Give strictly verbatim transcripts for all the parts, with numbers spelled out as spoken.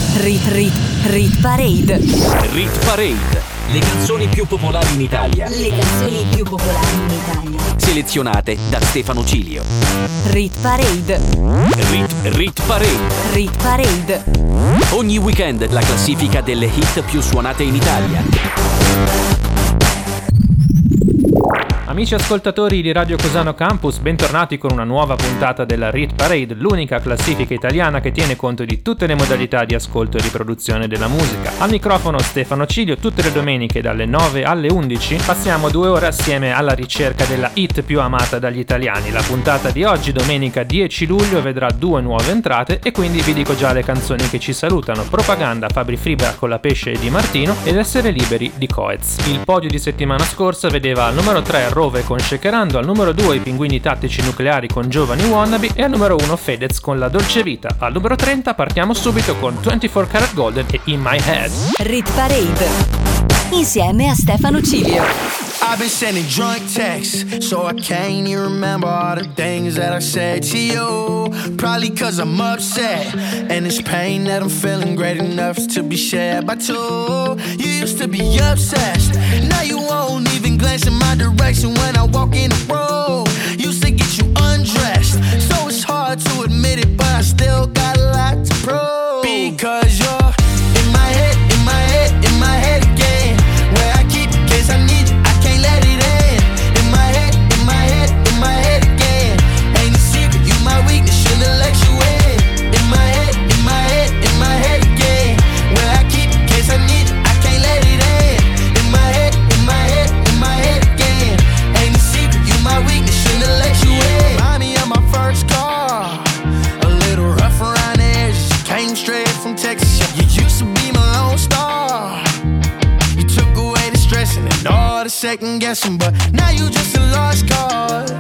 Rit Rit Rit Parade. Rit Parade. Le canzoni più popolari in Italia. Le canzoni più popolari in Italia. Selezionate da Stefano Cilio. Rit Parade. Rit Rit Parade. Rit Parade. Ogni weekend la classifica delle hit più suonate in Italia. Amici ascoltatori di Radio Cusano Campus, bentornati con una nuova puntata della Rit Parade, l'unica classifica italiana che tiene conto di tutte le modalità di ascolto e riproduzione della musica. Al microfono Stefano Cilio, tutte le domeniche dalle nove alle undici passiamo due ore assieme alla ricerca della hit più amata dagli italiani. La puntata di oggi, domenica dieci luglio, vedrà due nuove entrate e quindi vi dico già le canzoni che ci salutano: Propaganda, Fabri Fibra con La Pesce e Di Martino ed Essere Liberi di Coez. Il podio di settimana scorsa vedeva al numero tre Rove con Shakerando, al numero due I Pinguini Tattici Nucleari con Giovani Wannabe e al numero uno Fedez con La Dolce Vita. Al numero trenta partiamo subito con ventiquattro Karat Golden e In My Head. Rit Parade insieme a Stefano Cilio. I've been sending drunk texts, so I can't even remember all the things that I said to you. Probably cause I'm upset, and it's pain that I'm feeling great enough to be shared by two. You used to be obsessed, now you won't even glance in my direction when I walk in the room. Used to get you undressed, so it's hard to admit it, but I still got a lot to prove. Because you're in my head, in my head, in my head again. Where I keep in case I need you, I can't let it in. In my head, in my head, in my head again. Ain't a secret, you my weakness, shouldn't let you in. In my head, in my head, in my head again. Where I keep in case I need you, I can't let it in. In my head, in my head, in my head again. Ain't a secret, you my weakness, shouldn't let you in. Remind me of my first car, a little rough around the edges. Came straight from Texas. You used to be my lone star. You took away the stressing and all the second guessing, but now you just a lost cause.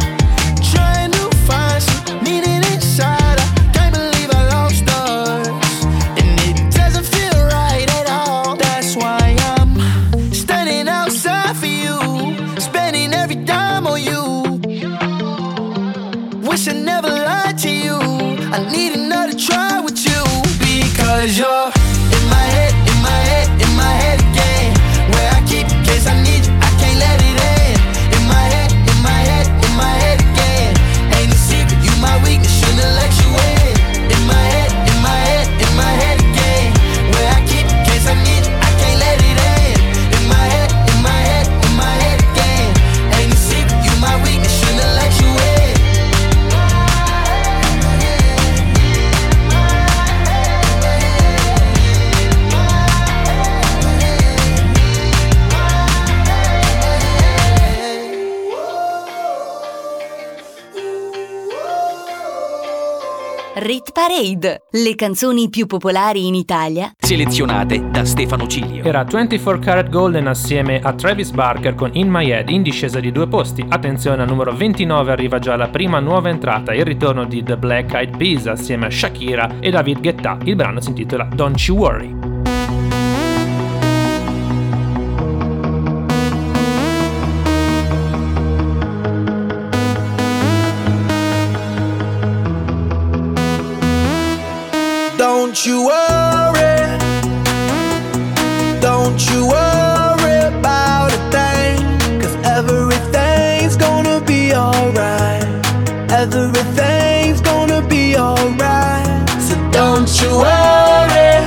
Trying to find some meaning inside. I can't believe I lost us, and it doesn't feel right at all. That's why I'm standing outside for you, spending every dime on you. Wish I never lied to you. I need another try with you. Because you're in my head, in my head, in my head again. Where I keep in case I need you, I can't let it in. In my head, in my head, in my head again. Ain't a secret, you my weakness, shouldn't let you in. In my head, in my head, in my head again. Where I keep in case I need you, I can't let it in. In my head, in my head, in my head again. Ain't a secret, you my weakness, shouldn't let you in. Rit Parade, le canzoni più popolari in Italia, selezionate da Stefano Cilio. Era ventiquattro Karat Golden assieme a Travis Barker con In My Head, in discesa di due posti. Attenzione, al numero ventinove arriva già la prima nuova entrata, il ritorno di The Black Eyed Peas assieme a Shakira e David Guetta. Il brano si intitola Don't You Worry. Don't you worry, don't you worry about a thing, 'cause everything's gonna be alright, everything's gonna be alright. So don't you worry,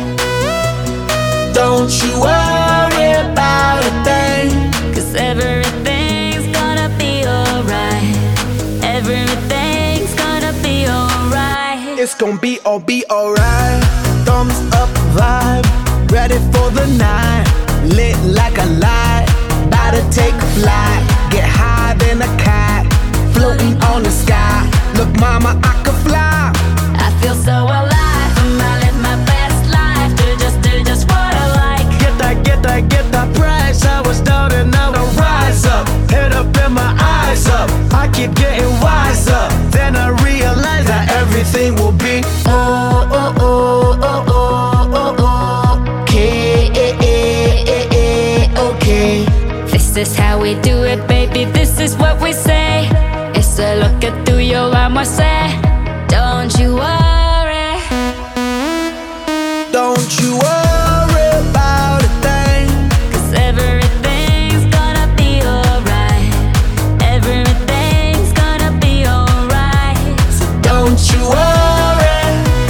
don't you worry about a thing, 'cause everything's gonna be alright, everything's gonna be alright. It's gonna be all be alright. Thumbs up vibe, ready for the night. Lit like a light, about to take a flight. Get high than a cat, floating on the sky. Look mama, I could fly. I feel so alive, and I live my best life. Do just, do just what I like. Get that, get that, get that price. I was down and now I rise up. Head up and my eyes up. I keep getting wiser. Then I realize that everything will be oh, oh, oh, oh, oh, oh, oh. Okay, okay. This is how we do it, baby, this is what we say. It's a look at through your arm, I say. Don't you worry. Don't you worry about a thing, 'cause everything's gonna be alright. Everything's gonna be alright. so don't you worry,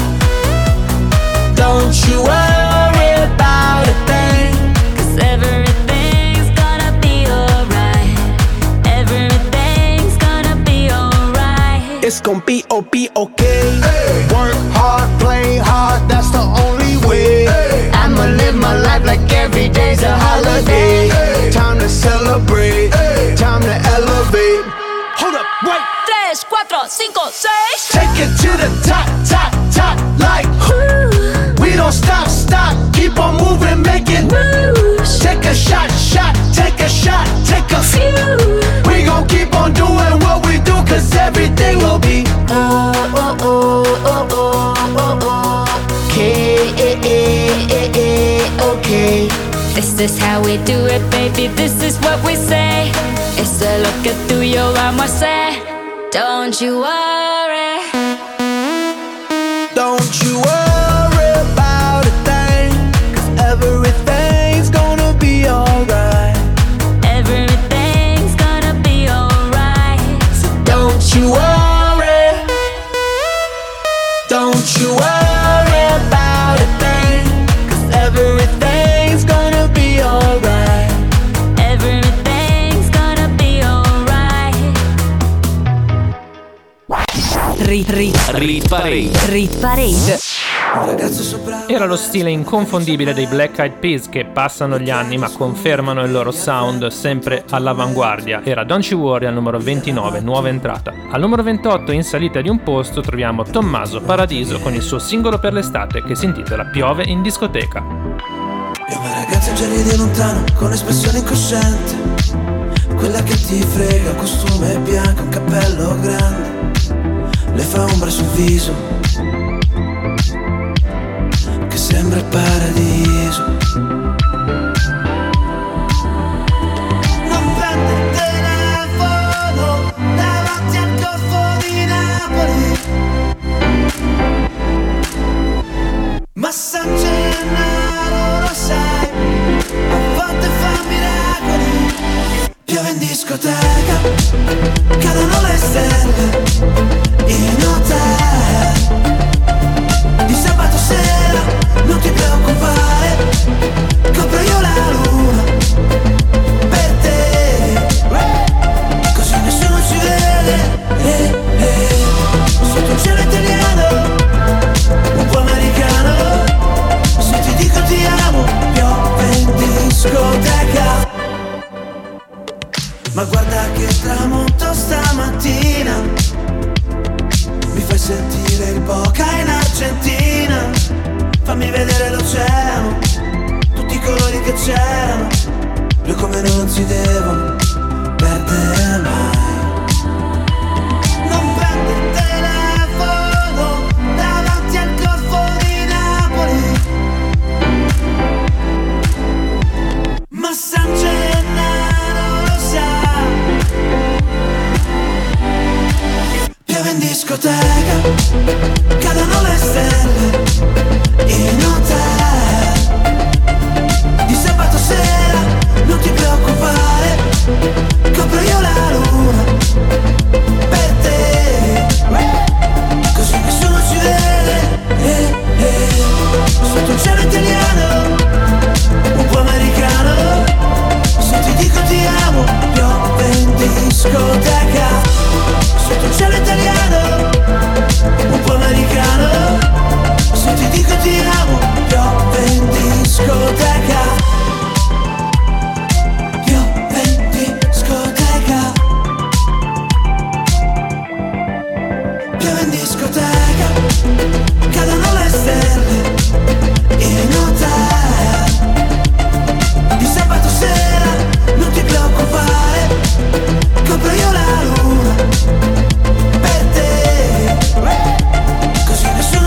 don't you worry about a thing. 'Cause everything's gonna be alright. Everything's gonna be alright. It's gonna be O B okay. Hey. Work hard, play hard, that's the only way. Hey. I'ma live my life like every day's a holiday. Hey. Time to celebrate, hey. Time to elevate. Hold up, wait. Tres, cuatro, cinco, seis. Take it to the top, top, top, like Ooh. we don't stop, stop, keep on moving, make it Moves. Take a shot, shot, take a shot, take a Few. We gon' keep on doing what we do, cause everything will be Oh, oh, oh, oh, oh, oh, oh. okay, eh, eh, eh, eh, okay. This is how we do it, baby, this is what we say. Eso es lo que tú y yo vamos a hacer. Don't you worry. Don't you worry about a thing, cause everything's gonna be alright. Everything's gonna be alright. So don't you worry, don't you worry about a thing, cause everything's gonna be alright. Everything's gonna be alright. Rit, rit, Rit Parade. rit parade. Era lo stile inconfondibile dei Black Eyed Peas che passano gli anni ma confermano il loro sound sempre all'avanguardia. Era Don't You Worry al numero ventinove, nuova entrata. Al numero ventotto, in salita di un posto, troviamo Tommaso Paradiso con il suo singolo per l'estate che si intitola Piove in discoteca. Io una ragazza già ride lontano, con espressione incosciente, quella che ti frega, un costume bianco, un cappello grande, le fa ombra sul viso, che sembra il paradiso. Non prende il telefono davanti al Golfo di Napoli, ma San Gennaro lo sai, a volte fa miracoli. Piove in discoteca, cadono le stelle in hotel. Di sabato sera non ti preoccupare, compro io la luna per te, così nessuno ci vede, eh, eh. Sotto un cielo italiano, un po' americano, se ti dico ti amo, piove in discoteca. Ma guarda che tramonto stamattina, mi fai sentire il Boca in Argentina. Fammi vedere l'oceano, tutti i colori che c'erano, due come non si devono perdere mai. Non prende il telefono davanti al Golfo di Napoli, ma San Gennaro lo sa. Piove in discoteca, cadono le stelle in hotel. Di sabato sera non ti preoccupare, compro io la luna per te, così nessuno ci vede, eh, eh. Sotto un cielo italiano, un po' americano, se ti dico ti amo, piove in discoteca. Sotto un cielo italiano, un po' americano, se ti dico ti amo, piove in discoteca. Piove in discoteca. Piove in discoteca, cadono le stelle in hotel. Di sabato sera non ti preoccupare, compro io la luna per te, così nessuno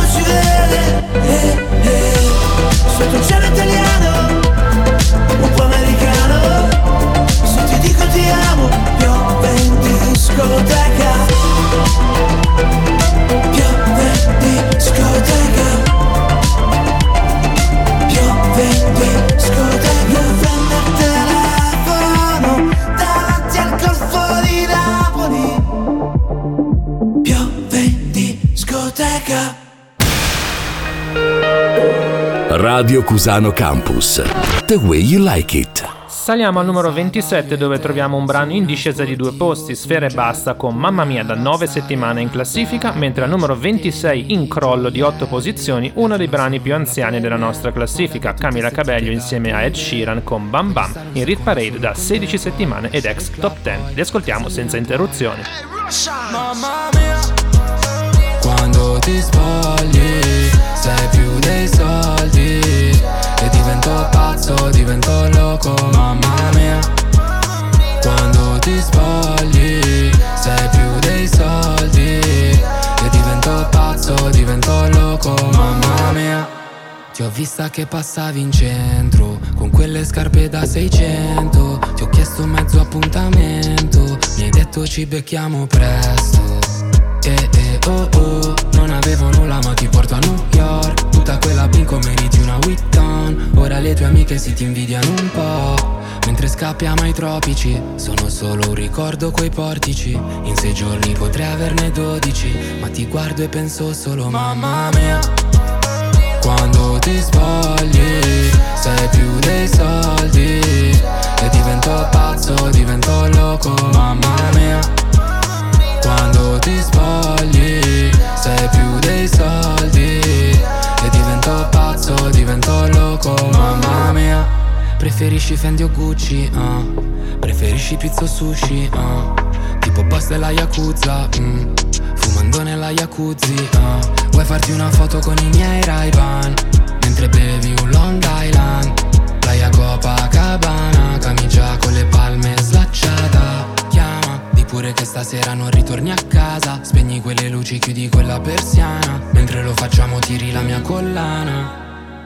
Radio Cusano Campus. The way you like it. Saliamo al numero ventisette, dove troviamo un brano in discesa di due posti, Sfera Ebbasta con Mamma Mia da nove settimane in classifica, mentre al numero ventisei in crollo di otto posizioni uno dei brani più anziani della nostra classifica, Camila Cabello insieme a Ed Sheeran con Bam Bam, in Rit Parade da sedici settimane ed ex top dieci. Li ascoltiamo senza interruzioni. Mamma mia, quando ti spogli sei più dei soldi e divento pazzo, divento loco. Mamma mia, quando ti spogli sei più dei soldi e divento pazzo, divento loco. Mamma mia, ti ho vista che passavi in centro con quelle scarpe da seicento. Ti ho chiesto mezzo appuntamento, mi hai detto ci becchiamo presto. Eh eh oh oh, non avevo nulla ma ti porto a New York. Tutta quella bingo meriti una Witton. Ora le tue amiche si ti invidiano un po'. Mentre scappiamo ai tropici, sono solo un ricordo quei portici. In sei giorni potrei averne dodici, ma ti guardo e penso solo mamma mia. Quando ti spogli sei più dei soldi e divento pazzo, divento loco. Mamma mia, quando ti spogli sei più dei soldi e divento pazzo, divento loco. Mamma mia, preferisci Fendi o Gucci, uh. Preferisci pizza o sushi, uh. Tipo boss della Yakuza, mm. Fumando nella jacuzzi, uh. Vuoi farti una foto con i miei Ray-Ban mentre bevi un Long Island. Playa Copacabana, camicia con le palme slacciata. Chiama, di pure che stasera non ritorni a casa. Spegni quelle luci, chiudi quella persiana. Mentre lo facciamo tiri la mia collana.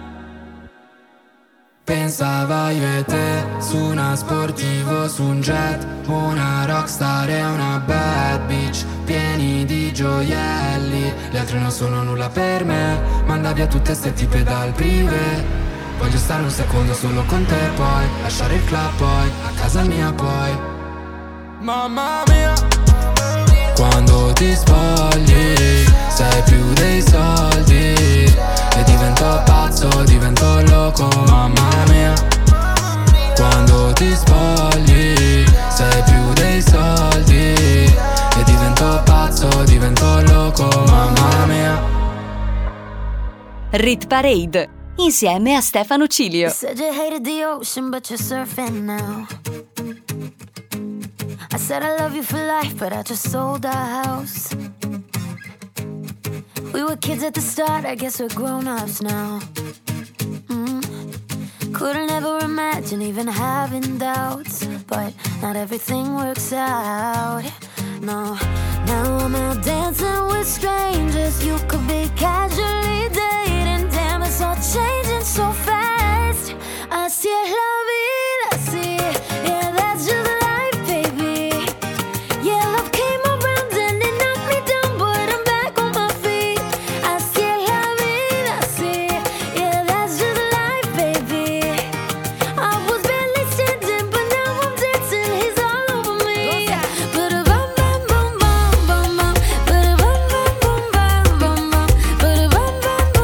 Pensava io e te su una sportivo, su un jet, una rockstar e una bad bitch, pieni di gioielli. Le altre non sono nulla per me, manda via tutte ste tipe dal privé. Voglio stare un secondo solo con te, poi lasciare il club, poi a casa mia, poi mamma mia. Quando ti spogli sei più dei soldi e divento pazzo, divento loco. Mamma mia, quando ti spogli sei più dei soldi e divento pazzo, divento loco. Mamma mia. Rit Parade insieme a Stefano Cilio. You said you hated the ocean but you're surfing now. I said I love you for life but I just sold our house. We were kids at the start, I guess we're grown-ups now. mm. Couldn't ever imagine even having doubts, but not everything works out. No, now I'm out dancing with strangers. You could be casually dating. Damn, it's all changing so fast. Así es la vida, así, yeah, that's just life, baby. Yeah, love came around and it knocked me down, but I'm back on my feet. Así es la vida, así, yeah, that's just life, baby. I was barely standing, but now I'm dancing. He's all over me. But a bum bum bum bum bum bum, but a bum bum bum bum bum bum, but a bum bum bum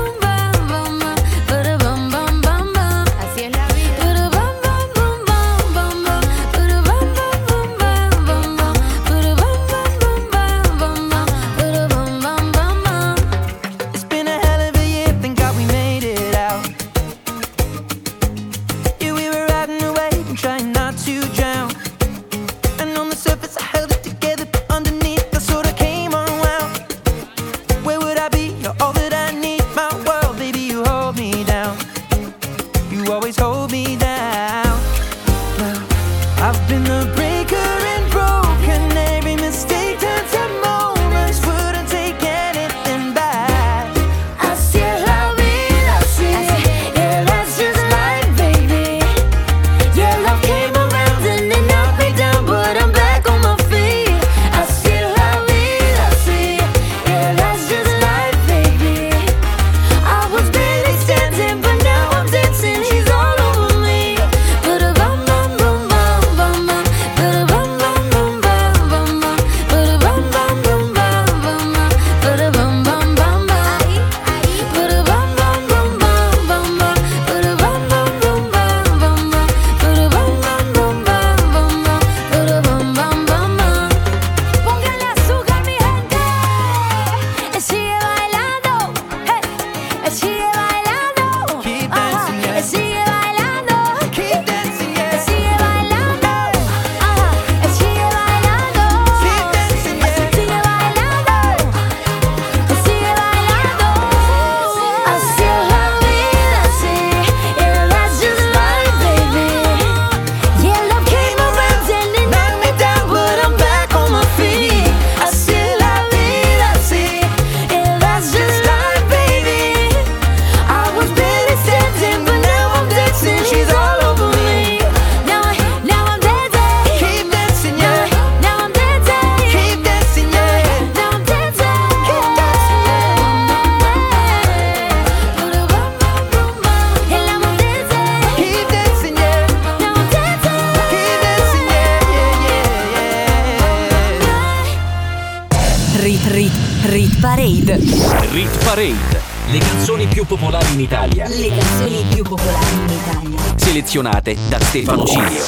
Rit Parade. Rit Parade. Le canzoni più popolari in Italia. Le canzoni più popolari in Italia. Selezionate da Stefano Cilio.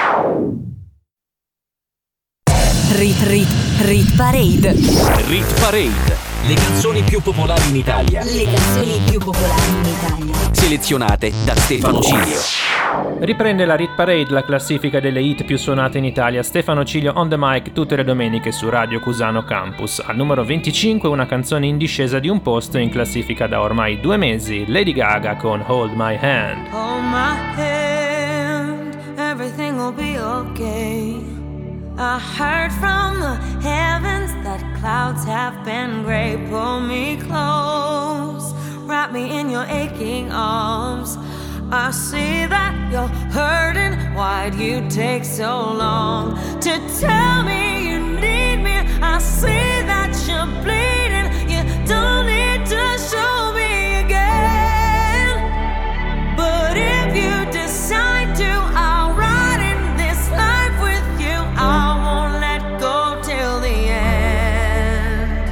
Rit Rit Rit Parade. Rit Parade. Le canzoni più popolari in Italia. Le canzoni più popolari in Italia. Selezionate da Stefano Cilio. Riprende la Rit Parade, la classifica delle hit più suonate in Italia. Stefano Cilio on the mic tutte le domeniche su Radio Cusano Campus. Al numero venticinque una canzone in discesa di un posto in classifica da ormai due mesi. Lady Gaga con Hold My Hand. Hold my hand, everything will be okay. I heard from the heavens that clouds have been gray. Pull me close, wrap me in your aching arms. I see that you're hurting. Why'd you take so long to tell me you need me? I see that you're bleeding. You don't need to show me again. But if you decide to, I'll ride in this life with you. I won't let go till the end.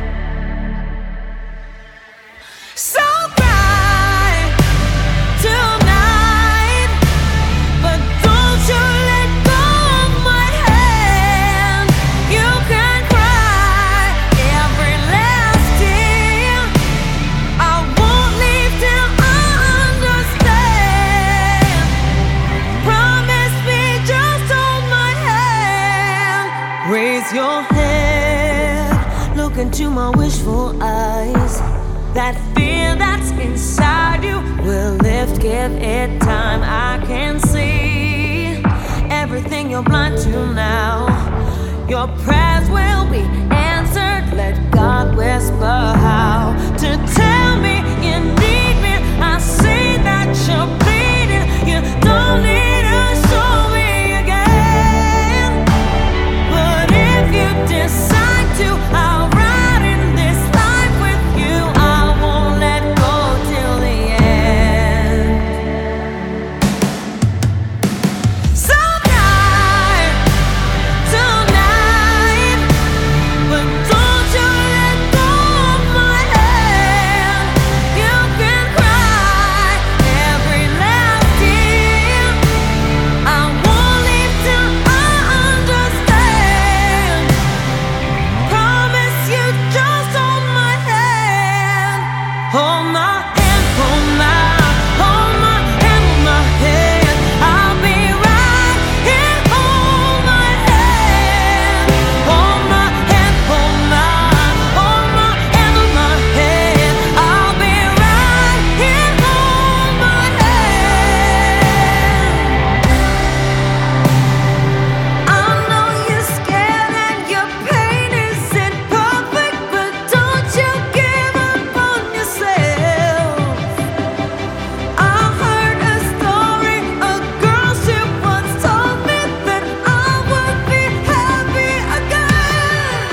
So cry tonight, but don't you let go of my hand. You can cry every last tear. I won't leave till I understand. Promise me, just hold my hand. Raise your head, look into my wishful eyes. That fear that's inside you will lift, give it time. I can see everything you're blind to now. Your prayers will be answered. Let God whisper how to tell me you need me. I see that you're bleeding. You don't need to show me again. But if you decide to, I'll ride in this life with you. I won't let go till the end. So cry tonight, but don't you let go of my hand. You can cry every last tear. I won't leave till I understand. Promise you, just hold my hand. Hold my hand, hold my, hold my hand, hold my hand. I'll be right here. Hold my hand, hold my hand, hold my, hold my hand, hold my hand. I'll be right here. Hold my hand. I know you're scared and your pain isn't perfect, but don't you give up on yourself. I heard a story, a girl she once told me that I would be happy again.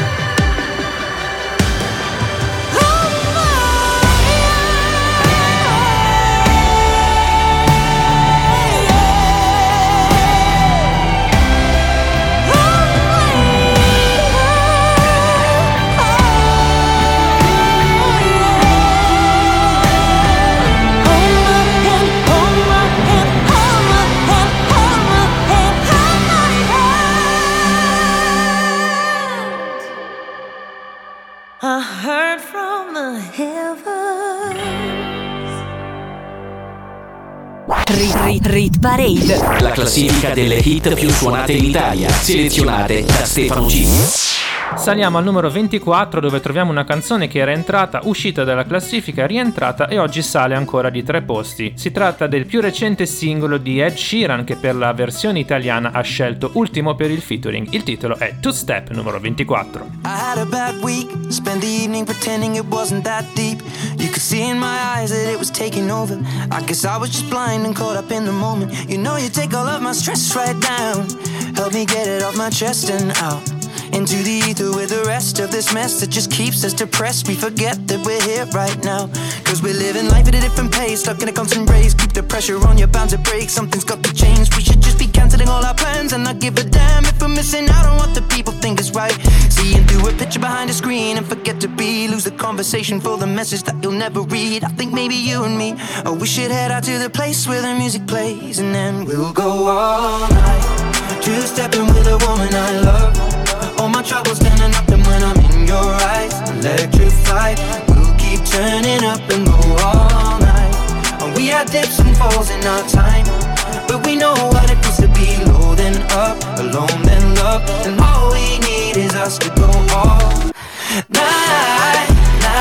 Hold my I heard from the heavens. Rit Rit Rit Parade. La classifica delle hit più suonate in Italia. Selezionate da Stefano Cilio. Saliamo al numero ventiquattro dove troviamo una canzone che era entrata, uscita dalla classifica, rientrata e oggi sale ancora di tre posti. Si tratta del più recente singolo di Ed Sheeran che per la versione italiana ha scelto ultimo per il featuring. Il titolo è Two Step, numero ventiquattro. I had a bad week, spent the evening pretending it wasn't that deep. You could see in my eyes that it was taking over. I guess I was just blind and caught up in the moment. You know you take all of my stress right down. Help me get it off my chest and out into the ether with the rest of this mess that just keeps us depressed. We forget that we're here right now, cause we're living life at a different pace, stuck in a constant race. Keep the pressure on, you're bound to break. Something's got to change, we should just be cancelling all our plans and not give a damn if we're missing out on what the people think is right. Seeing through a picture behind a screen and forget to be, lose the conversation for the message that you'll never read. I think maybe you and me, oh, we should head out to the place where the music plays, and then we'll go all night, two-stepping with a woman I love. All my troubles standing up, and when I'm in your eyes, electrified. We'll keep turning up and go all night. And we had dips and falls in our time, but we know what it feels to be low then up, alone then love. And all we need is us to go all night,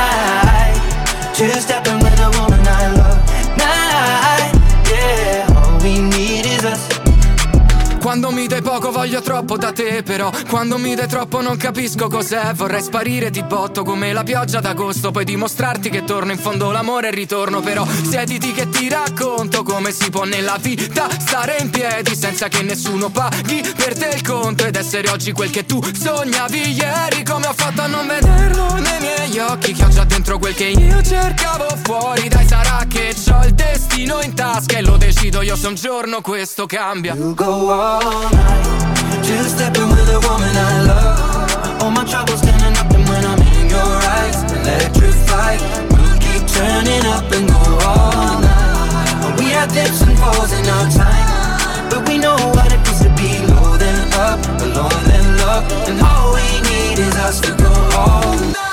night, two-stepping with a woman I love. Night, yeah, all we need is us. Quando mi dai poco voglio troppo da te, però quando mi dai troppo non capisco cos'è. Vorrei sparire, ti botto come la pioggia d'agosto, poi dimostrarti che torno, in fondo l'amore e ritorno. Però siediti che ti racconto come si può nella vita stare in piedi senza che nessuno paghi per te il conto, ed essere oggi quel che tu sognavi ieri. Come ho fatto a non vederlo nei miei occhi, che ho già dentro quel che io cercavo fuori. Dai, sarà che c'ho il destino in tasca e lo decido io se un giorno questo cambia. You go all night, two-stepping with a woman I love. All my troubles standing up, and when I'm in your eyes, electrified. We'll keep turning up and go all night. We had dips and falls in our time, but we know what it feels to be low then up, alone then love. And all we need is us to go all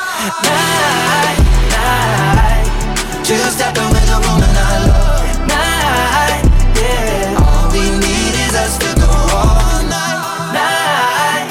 night, night, two-stepping with a woman I love. Night, yeah, all we need is us to go all night, night,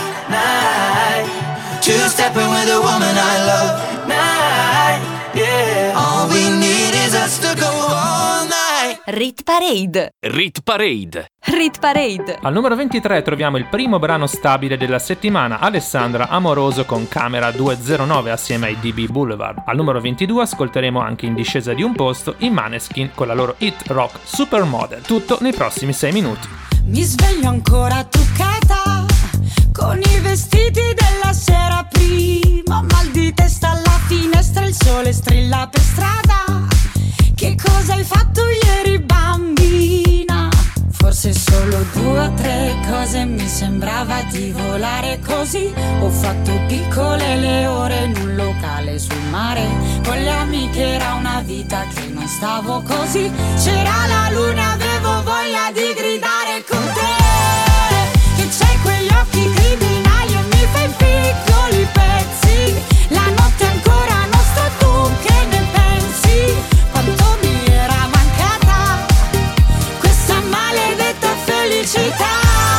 night, two-stepping with a woman I love. Night, yeah, all we need is us to go all night. Rit Parade. Rit Parade. Rit Parade. Al numero ventitré troviamo il primo brano stabile della settimana, Alessandra Amoroso con Camera duecentonove assieme ai D B Boulevard. Al numero ventidue ascolteremo anche in discesa di un posto i Maneskin con la loro hit rock Supermodel. Tutto nei prossimi sei minuti. Mi sveglio ancora truccata, con i vestiti della sera prima, mal di testa alla finestra, il sole strilla per strada. Che cosa hai fatto ieri, bambina? Forse solo due o tre cose, mi sembrava di volare così. Ho fatto piccole le ore in un locale sul mare, con le amiche era una vita che non stavo così. C'era la luna, avevo voglia di gridare con te. Che c'hai quegli occhi criminali e mi fai piccoli pezzi. La notte è ancora nostra, tu che ne pensi? Quanto mi era mancata questa maledetta felicità.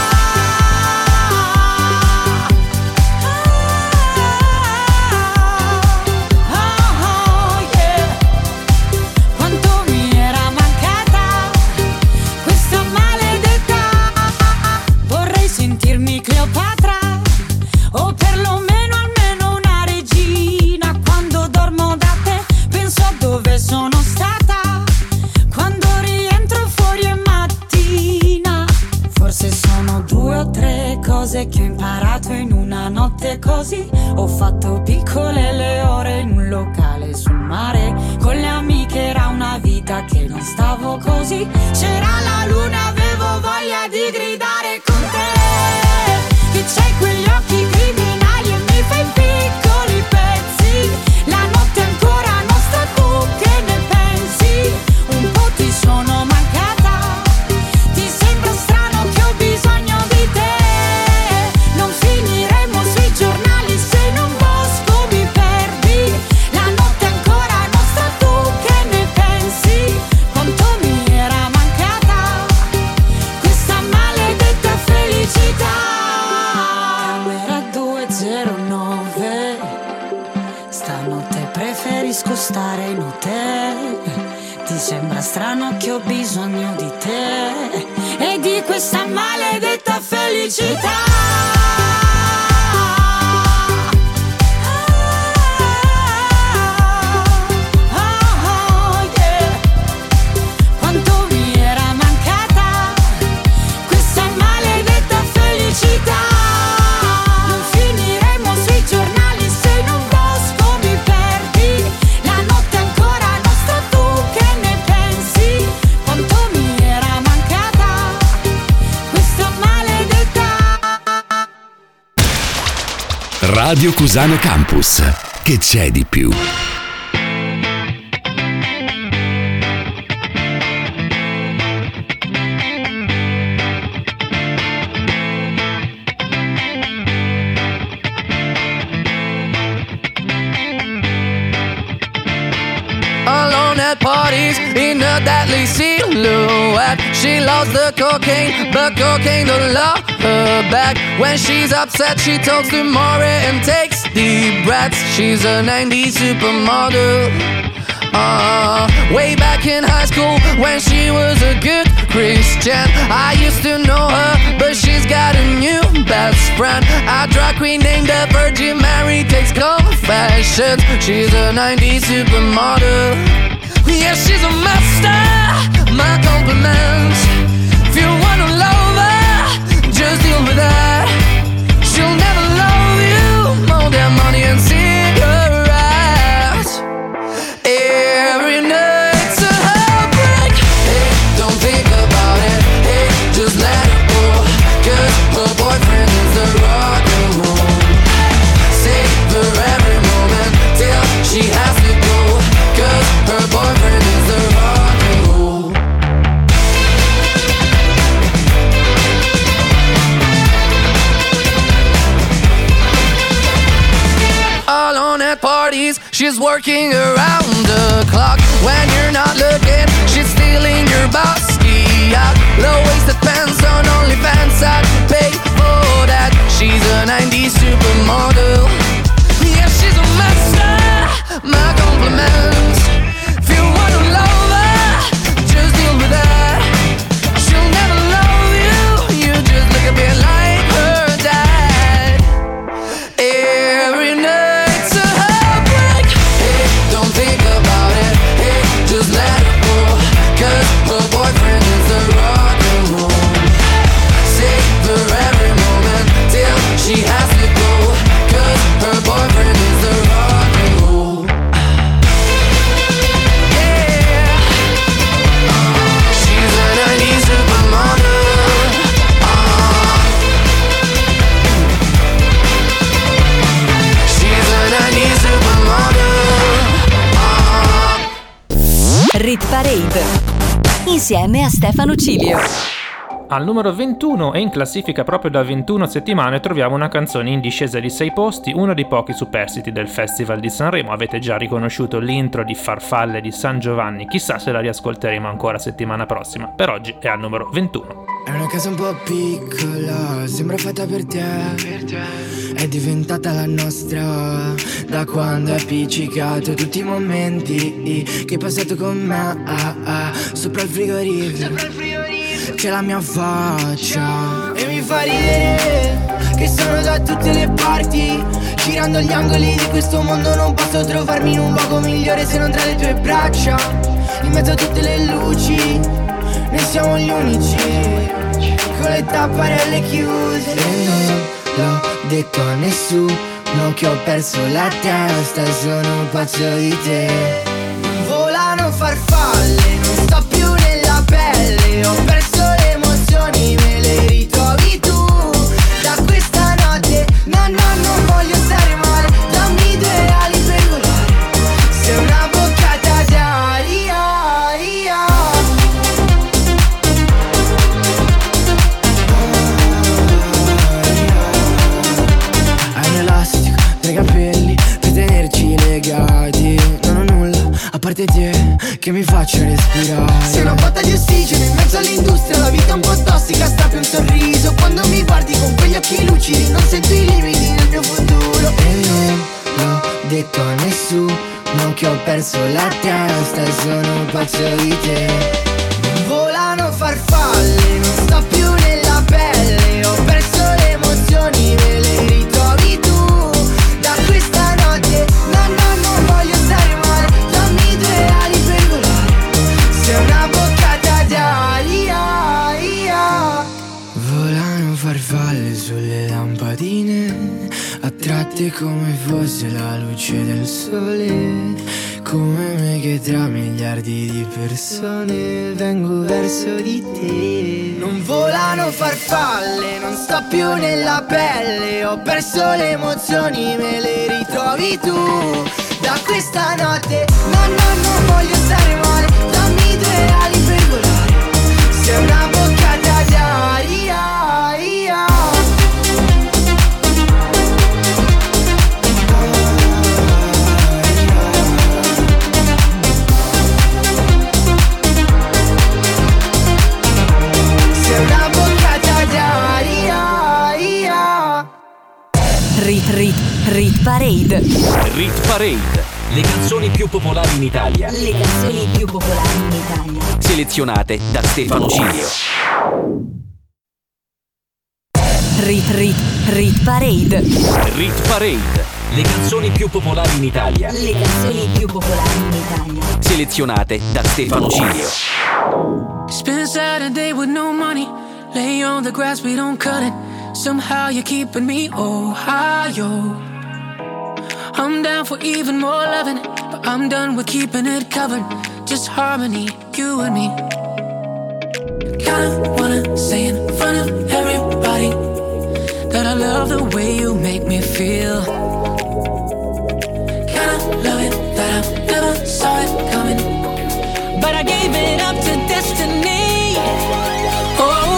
Cleopatra, o perlomeno almeno una regina. Quando dormo da te penso a dove sono stata, quando rientro fuori è mattina. Forse sono due o tre cose che ho imparato in una notte così. Ho fatto piccole le ore in un locale sul mare, con le amiche era una vita che non stavo così. C'era la luna, avevo voglia di gridare con te. Che c'hai quegli occhi criminali e mi fai piccoli pezzi. La notte è ancora nostra, tu che ne pensi? Un po' ti sono mancata, ti sembra strano che ho bisogno di te. Non finiremo sui giornali se in un bosco mi perdi. La notte è ancora nostra, tu che ne pensi? Quanto mi era mancata questa maledetta felicità. duecentonove, stanotte preferisco stare in hotel. Ti sembra strano che ho bisogno di te e di questa maledetta felicità. Questa Radio Cusano Campus. Che c'è di più? Alone at parties in a deadly silhouette. She loves the cocaine, but cocaine don't love her back. When she's upset, she talks to Maury and takes deep breaths. She's a nineties supermodel. Uh, way back in high school when she was a good Christian, I used to know her, but she's got a new best friend. A drag queen named the Virgin Mary takes confessions. She's a nineties supermodel. Yeah, she's a master, my compliments. If you wanna love her, just deal with her. She'll never love you more than money and cigarettes. Every night's a heartbreak. Hey, don't think about it. Hey, just let it go. Cause her boyfriend is the rock and roll. Save her every moment till she has to go. Cause her boyfriend is the rock and roll. Alone at parties, she's working around the clock. When you're not looking, she's stealing your bossy out. Low-waisted pants on OnlyFans, I'd pay for that. She's a nineties supermodel. Yeah, she's a master, my compliments. If you wanna love her, just deal with her. She'll never love you, you just look a bit like her dad. Every night's a heartbreak. Hey, don't think about it. Hey, just let it go. Cause her boyfriend is the rock and roll. Save her every moment till she has to go. Cause her boyfriend is the rock and roll. Yeah. Uh, she's a nineties supermodel. Uh, she's a nineties supermodel. Uh. Rit Parade insieme a Stefano Cilio. Al numero ventuno e in classifica proprio da ventuno settimane troviamo una canzone in discesa di sei posti, uno dei pochi superstiti del Festival di Sanremo. Avete già riconosciuto l'intro di Farfalle di San Giovanni, chissà se la riascolteremo ancora settimana prossima. Per oggi è al numero ventuno. È una casa un po' piccola, sembra fatta per te, per te. È diventata la nostra da quando hai appiccicato tutti i momenti che hai passato con me, ah, ah, sopra il frigorifero. C'è la mia faccia e mi fa ridere che sono da tutte le parti. Girando gli angoli di questo mondo non posso trovarmi in un luogo migliore se non tra le tue braccia. In mezzo a tutte le luci noi siamo gli unici, con le tapparelle chiuse. E non l'ho detto a nessuno che ho perso la testa, sono pazzo di te. Volano farfalle, non sto più nella pelle. Ho perso le emozioni, me le ritrovi tu. Da questa notte, no no non voglio stare male. Dammi due ali per volare, sei una boccata d'aria. Hai un elastico tra i capelli per tenerci legati. Non ho nulla a parte te che mi faccia respirare. Sei una botta di ossigeno in mezzo all'industria. La vita è un po' tossica, strappi un sorriso quando mi guardi con quegli occhi lucidi. Non sento i limiti nel mio futuro. E non l'ho detto a nessuno che ho perso la testa, sono pazzo di te. Volano farfalle, non sto più nella pelle. Ho perso le emozioni, me le ritrovi tu. Da questa notte, no no non voglio stare male. Dammi due ali per volare, sei una boccata d'aria. Volano farfalle sulle lampadine, attratte come fosse la luce del sole. come me che tra miliardi di persone vengo verso di te. Non volano farfalle, non sto più nella pelle, ho perso le emozioni, me le ritrovi tu. Da questa notte, no no non voglio stare male, dammi due ali per volare, sei una boccata di aria. Rit Rit Rit Parade. Rit Parade. Le canzoni più popolari in Italia. Le canzoni più popolari in Italia. Selezionate da Stefano Cilio. Rit Rit Rit Parade. Rit Parade. Le canzoni più popolari in Italia. Le canzoni più popolari in Italia. Selezionate da Stefano Cilio. Spend Saturday with no money, lay on the grass, we don't cut it. Somehow you're keeping me Ohio. I'm down for even more loving, but I'm done with keeping it covered. Just harmony, you and me. Kinda wanna say in front of everybody that I love the way you make me feel. Kinda love it that I never saw it coming, but I gave it up to destiny. Oh,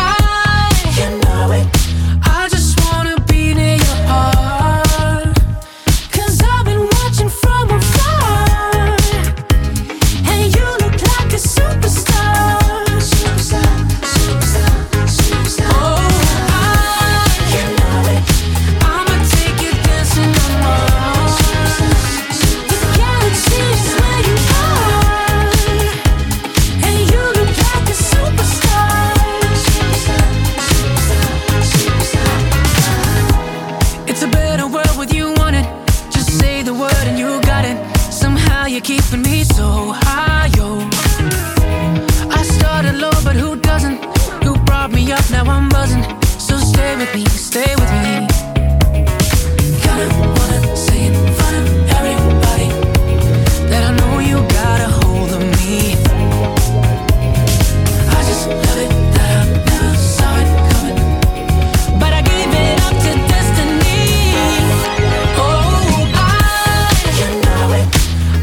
you're keeping me so high, yo. I started low, but who doesn't? You brought me up, now I'm buzzing. So stay with me, stay with me. Kinda wanna say in front of everybody that I know you got a hold of me. I just love it that I never saw it coming, but I gave it up to destiny. Oh, I, you know it.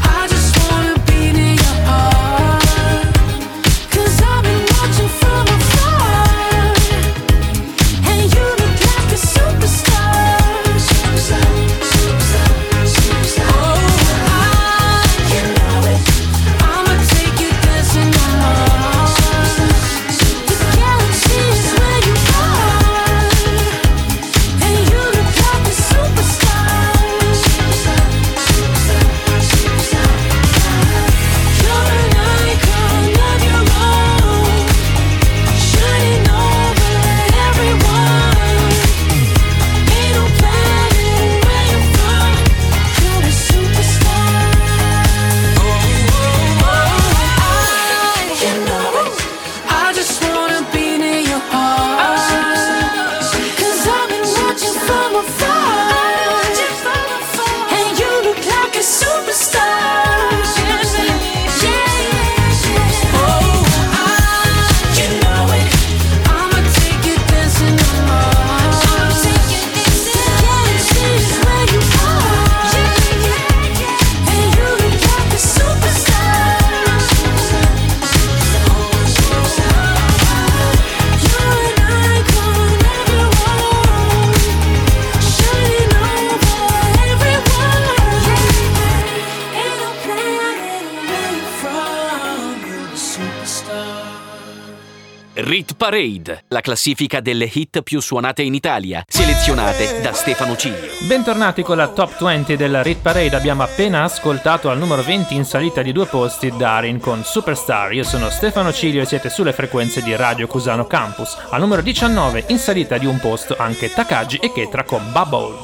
Rit Parade, la classifica delle hit più suonate in Italia, selezionate da Stefano Cilio. Bentornati con la Top venti della Rit Parade. Abbiamo appena ascoltato al numero venti in salita di due posti Darin con Superstar. Io sono Stefano Cilio e siete sulle frequenze di Radio Cusano Campus. Al numero diciannove in salita di un posto anche Takagi e Ketra con Bubble.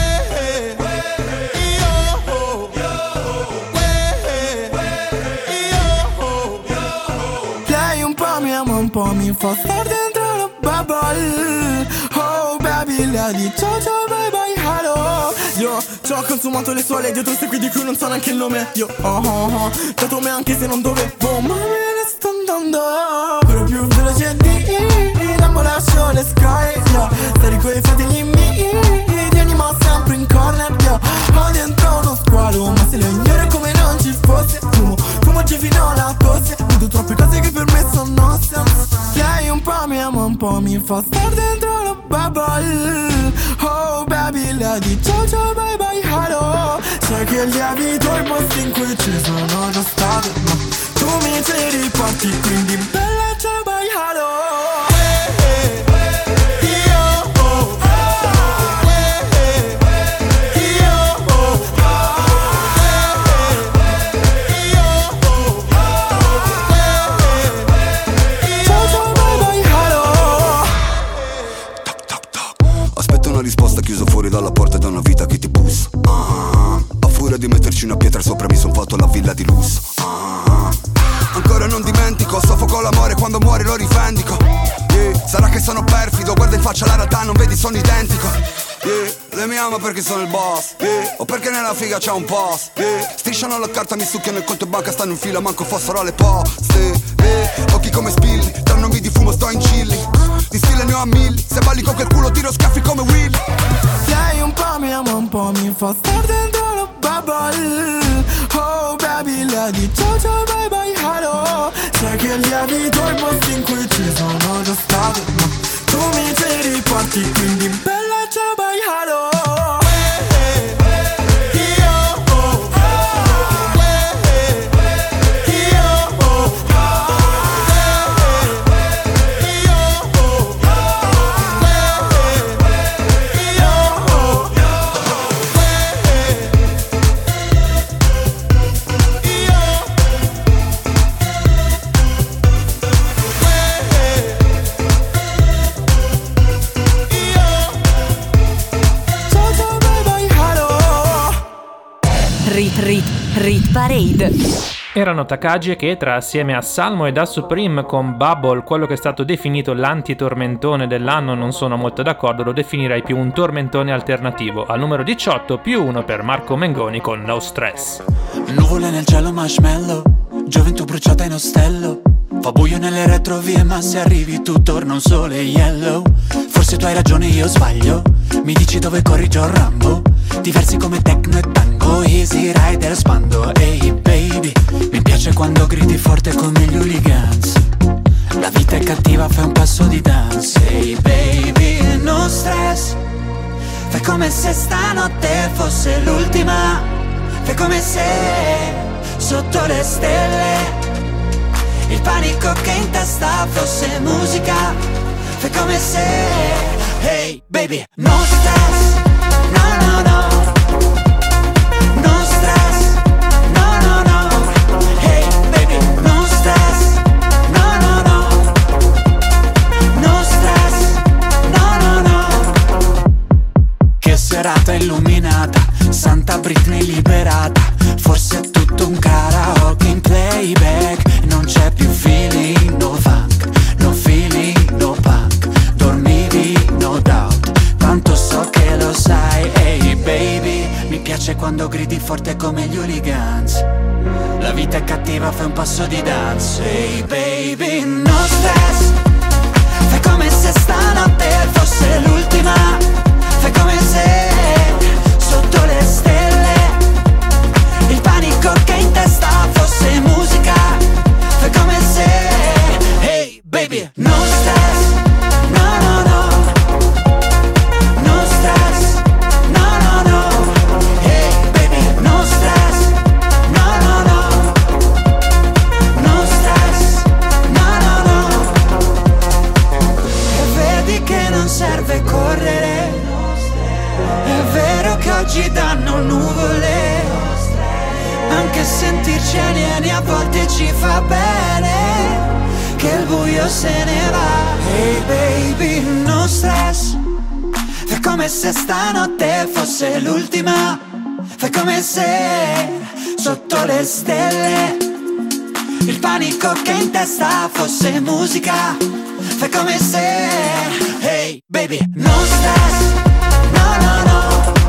Un po' mi fa star dentro la bubble. Oh baby, le ha dicho ciao bye bye hello. Io ci ho consumato le suole dietro queste qui di cui non so neanche il nome. Io oh oh oh, dato me anche se non dovevo, ma me ne sto andando. Quello più veloce di l'ambulascio le sky, yeah. Stare con i fratelli miei, ti animo sempre in corner, yeah. Ho dentro uno squalo, ma se lo ignoro è come non ci fosse. Fumo, fumo ci fino alla tosse. Vedo troppe cose che per me sono nonsense. Lei un po' mi ama, un po' mi fa star dentro la bubble. Oh baby, lei dice ciao ciao bye bye hello. Sai che lievito i posti in cui ci sono già stato, ma tu mi ci riporti, quindi bella ciao bye hello. Risposta chiuso fuori dalla porta da una vita che ti bussa. Ah, a furia di metterci una pietra sopra mi son fatto la villa di lusso. Ah, ancora non dimentico, soffoco l'amore quando muore lo rivendico. Yeah, sarà che sono perfido, guarda in faccia la realtà, non vedi sono identico. Yeah, lei mi ama perché sono il boss, yeah, o perché nella figa c'è un post, yeah. Strisciano la carta, mi succhiano il conto in banca, stanno in fila, manco fossero alle poste, yeah. Occhi come spilli, tra nomi di fumo sto in chilli. Di stile ne ho a milli, se balli con quel culo tiro schiaffi come Willy. Lei un po' mi ama, un po' mi fa star dentro la bubble. Oh baby, lei dice ciao ciao bye bye hello. Sai che lievito i posti in cui ci sono già stato, ma tu mi ci riporti, quindi bella ciao bye hello. Rit Rit Rit Parade. Erano Takagi e Ketra assieme a Salmo e Da Supreme con Bubble, quello che è stato definito l'antitormentone dell'anno. Non sono molto d'accordo, lo definirei più un tormentone alternativo. Al numero diciotto più uno per Marco Mengoni con No Stress. Nuvole nel cielo marshmallow, gioventù bruciata in ostello. Fa buio nelle retrovie ma se arrivi tu torna un sole yellow. Forse tu hai ragione io sbaglio, mi dici dove corri John Rambo. Diversi come techno e tango, easy rider spando. Ehi baby, mi piace quando gridi forte come gli hooligans. La vita è cattiva, fai un passo di dance. Ehi baby, no stress. Fai come se stanotte fosse l'ultima. Fai come se sotto le stelle il panico che in testa fosse musica. Fai come se, hey baby, no stress, no no no. No stress, no no no. Hey baby, no stress, no no no. No stress, no no no. Che serata illuminata, Santa Britney liberata. Forse è tutto un karaoke in playback. Non c'è più feeling, no funk, no feeling, no punk. Dormivi, no doubt, tanto so che lo sai. Ehi baby, mi piace quando gridi forte come gli hooligans. La vita è cattiva, fai un passo di dance. Ehi baby, no stress. Fai come se stanotte fosse l'ultima. Fai come se sotto le stelle il panico che in testa fosse musica. Fai come se, hey baby, no stress, no no no. No stress, no no no. Hey baby, no stress, no no no. No stress, no no no. E vedi che non serve correre. È vero che oggi danno nuvole, anche sentirci alieni a volte ci fa bene. Che il buio se ne va. Hey baby, no stress. Fai come se stanotte fosse l'ultima. Fai come se sotto le stelle il panico che in testa fosse musica. Fai come se, hey baby, no stress, no no no.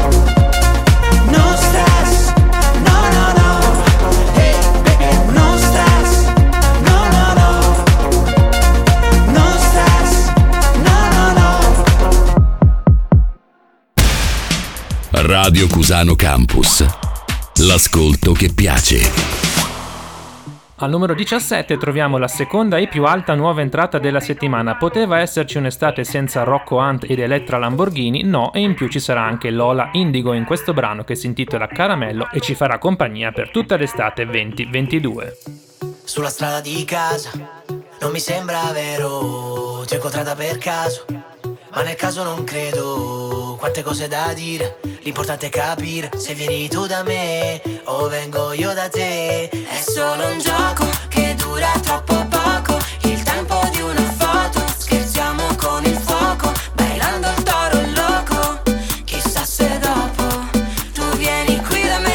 Radio Cusano Campus. L'ascolto che piace. Al numero diciassette troviamo la seconda e più alta nuova entrata della settimana. Poteva esserci un'estate senza Rocco Hunt ed Elettra Lamborghini? No, e in più ci sarà anche Lola Indigo in questo brano che si intitola Caramello e ci farà compagnia per tutta l'estate venti ventidue. Sulla strada di casa, non mi sembra vero, ti ho incontrata per caso, ma nel caso non credo, quante cose da dire, l'importante è capire se vieni tu da me o vengo io da te. È solo un gioco che dura troppo poco, il tempo di una foto, scherziamo con il fuoco, bailando il toro loco, chissà se dopo tu vieni qui da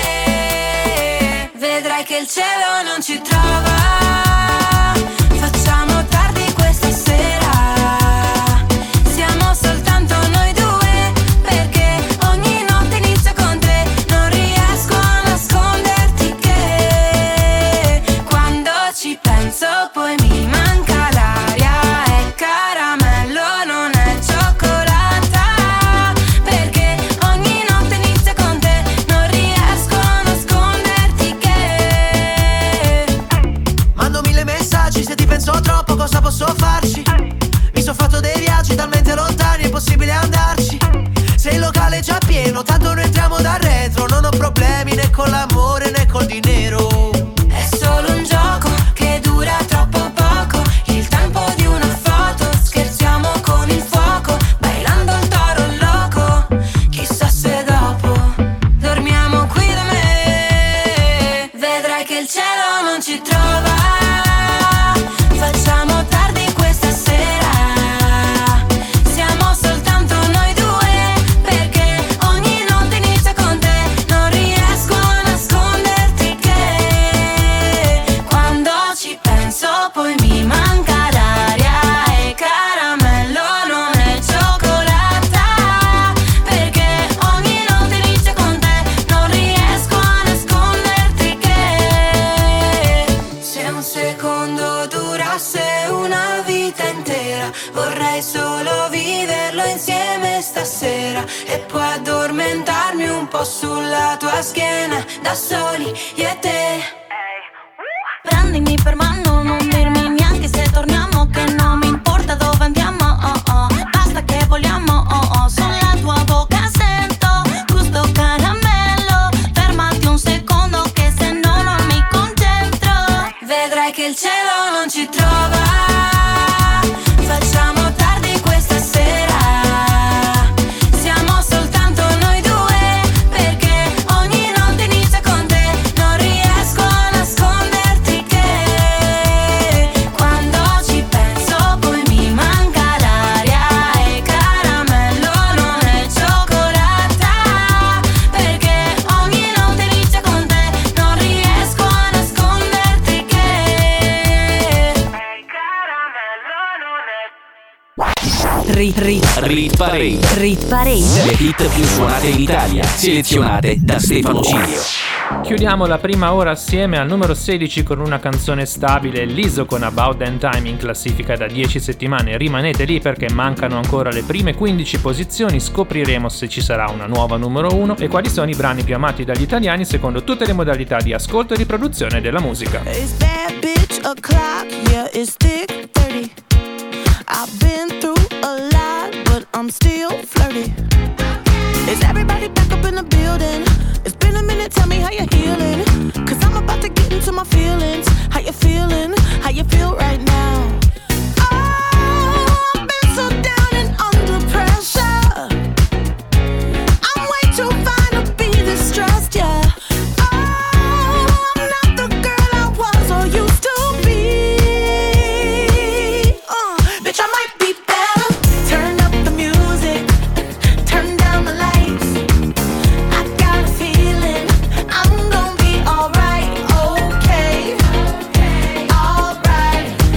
me, vedrai che il cielo non ci trova. Facciamo tardi questa sera, siamo soltanto noi due, perché ogni notte inizia con te, non riesco a nasconderti che quando ci penso poi mi manca l'aria, è caramello, non è cioccolata, perché ogni notte inizia con te, non riesco a nasconderti che mando mille messaggi, se ti penso troppo cosa posso farci? Mi son fatto dei viaggi talmente lontani, è possibile andarci. Se il locale è già pieno, tanto noi entriamo da retro, non ho problemi né con l'amore né col dinero. È solo un gioco che dura troppo poco, il tempo di una foto, scherziamo con il fuoco, bailando il toro loco, chissà se dopo dormiamo qui da me, vedrai che il cielo non ci trova. Facciamo tardi questa sera, siamo soltanto noi due, perché ogni notte inizia con te, non riesco a nasconderti che quando ci penso poi mi manca l'aria, e caramello non è cioccolata, perché ogni notte inizia con te, non riesco a nasconderti che se un secondo durasse una vita intera, vorrei solo viverlo insieme stasera e poi addormentarmi un po' sulla tua schiena, da soli io e te. Prendimi per mano, non dirmi neanche se torniamo, che non mi importa dove andiamo, oh oh, basta che vogliamo, oh oh, sulla tua bocca sento gusto caramello, fermati un secondo che se no non mi concentro, vedrai che il cielo non ci trova. Facciamo tardi questa sera, siamo soltanto noi due, perché ogni notte inizia con te, non riesco a nasconderti che quando ci penso poi mi manca l'aria, e caramello non è cioccolata, perché ogni notte inizia con te, non riesco a nasconderti che Rit, rit, Rit Parade. Rit Parade. Le hit più suonate in Italia, selezionate da Stefano Cilio. Chiudiamo la prima ora assieme al numero sedici con una canzone stabile, Lizzo con About That Time in classifica da dieci settimane. Rimanete lì perché mancano ancora le prime quindici posizioni, scopriremo se ci sarà una nuova numero uno e quali sono i brani più amati dagli italiani secondo tutte le modalità di ascolto e riproduzione della musica. It's bad bitch o'clock, yeah, it's thick thirty. I've been through a lot, but I'm still flirty. Is everybody back up in the building? It's been a minute, tell me how you're healing. Cause I'm about to get into my feelings. How you feeling? How you feel right now? Oh, I've been so down and under pressure. I'm way too fine to be distressed, yeah. Alright,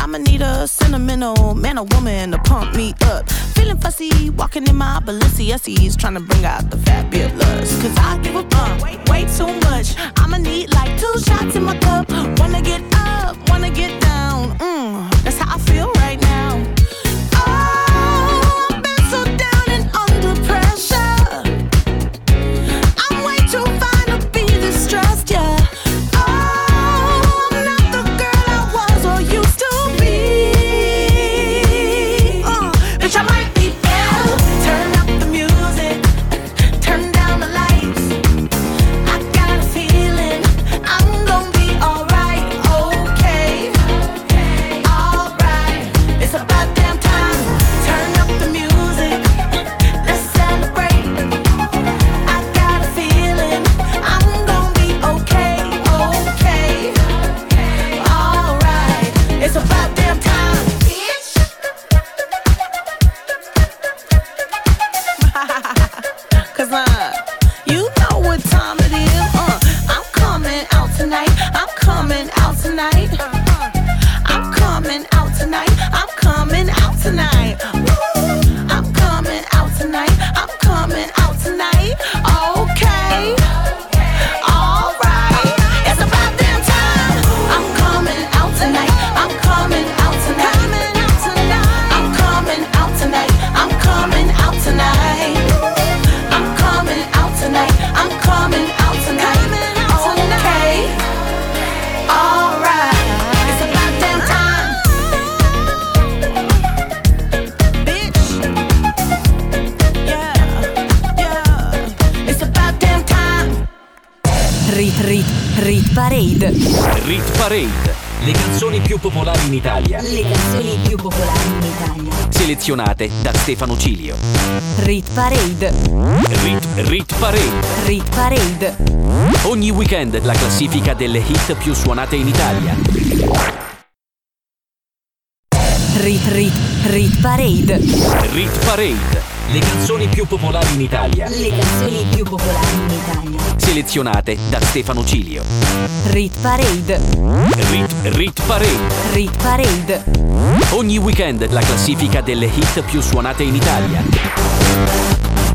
I'ma need a sentimental man or woman to pump me up. Feeling fussy, walking in my Balenciennes, trying to bring out the fabulous. Cause I give a fuck, way, way too much. I'ma need like two shots in my cup. Wanna get up, wanna get down. Mm, that's how I feel right now. Oh, I've been so down and under pressure. I'm way too fine to be distressed, yeah. Rit Parade. Rit Parade. Le canzoni più popolari in Italia. Le canzoni più popolari in Italia. Selezionate da Stefano Cilio. Rit Parade. Rit, Rit Parade. Rit Parade. Ogni weekend la classifica delle hit più suonate in Italia. Rit, Rit, Rit Parade. Rit Parade. Le canzoni più popolari in Italia. Le canzoni più popolari in Italia. Selezionate da Stefano Cilio. Rit Parade. Rit, Rit Parade. Rit Parade. Ogni weekend la classifica delle hit più suonate in Italia.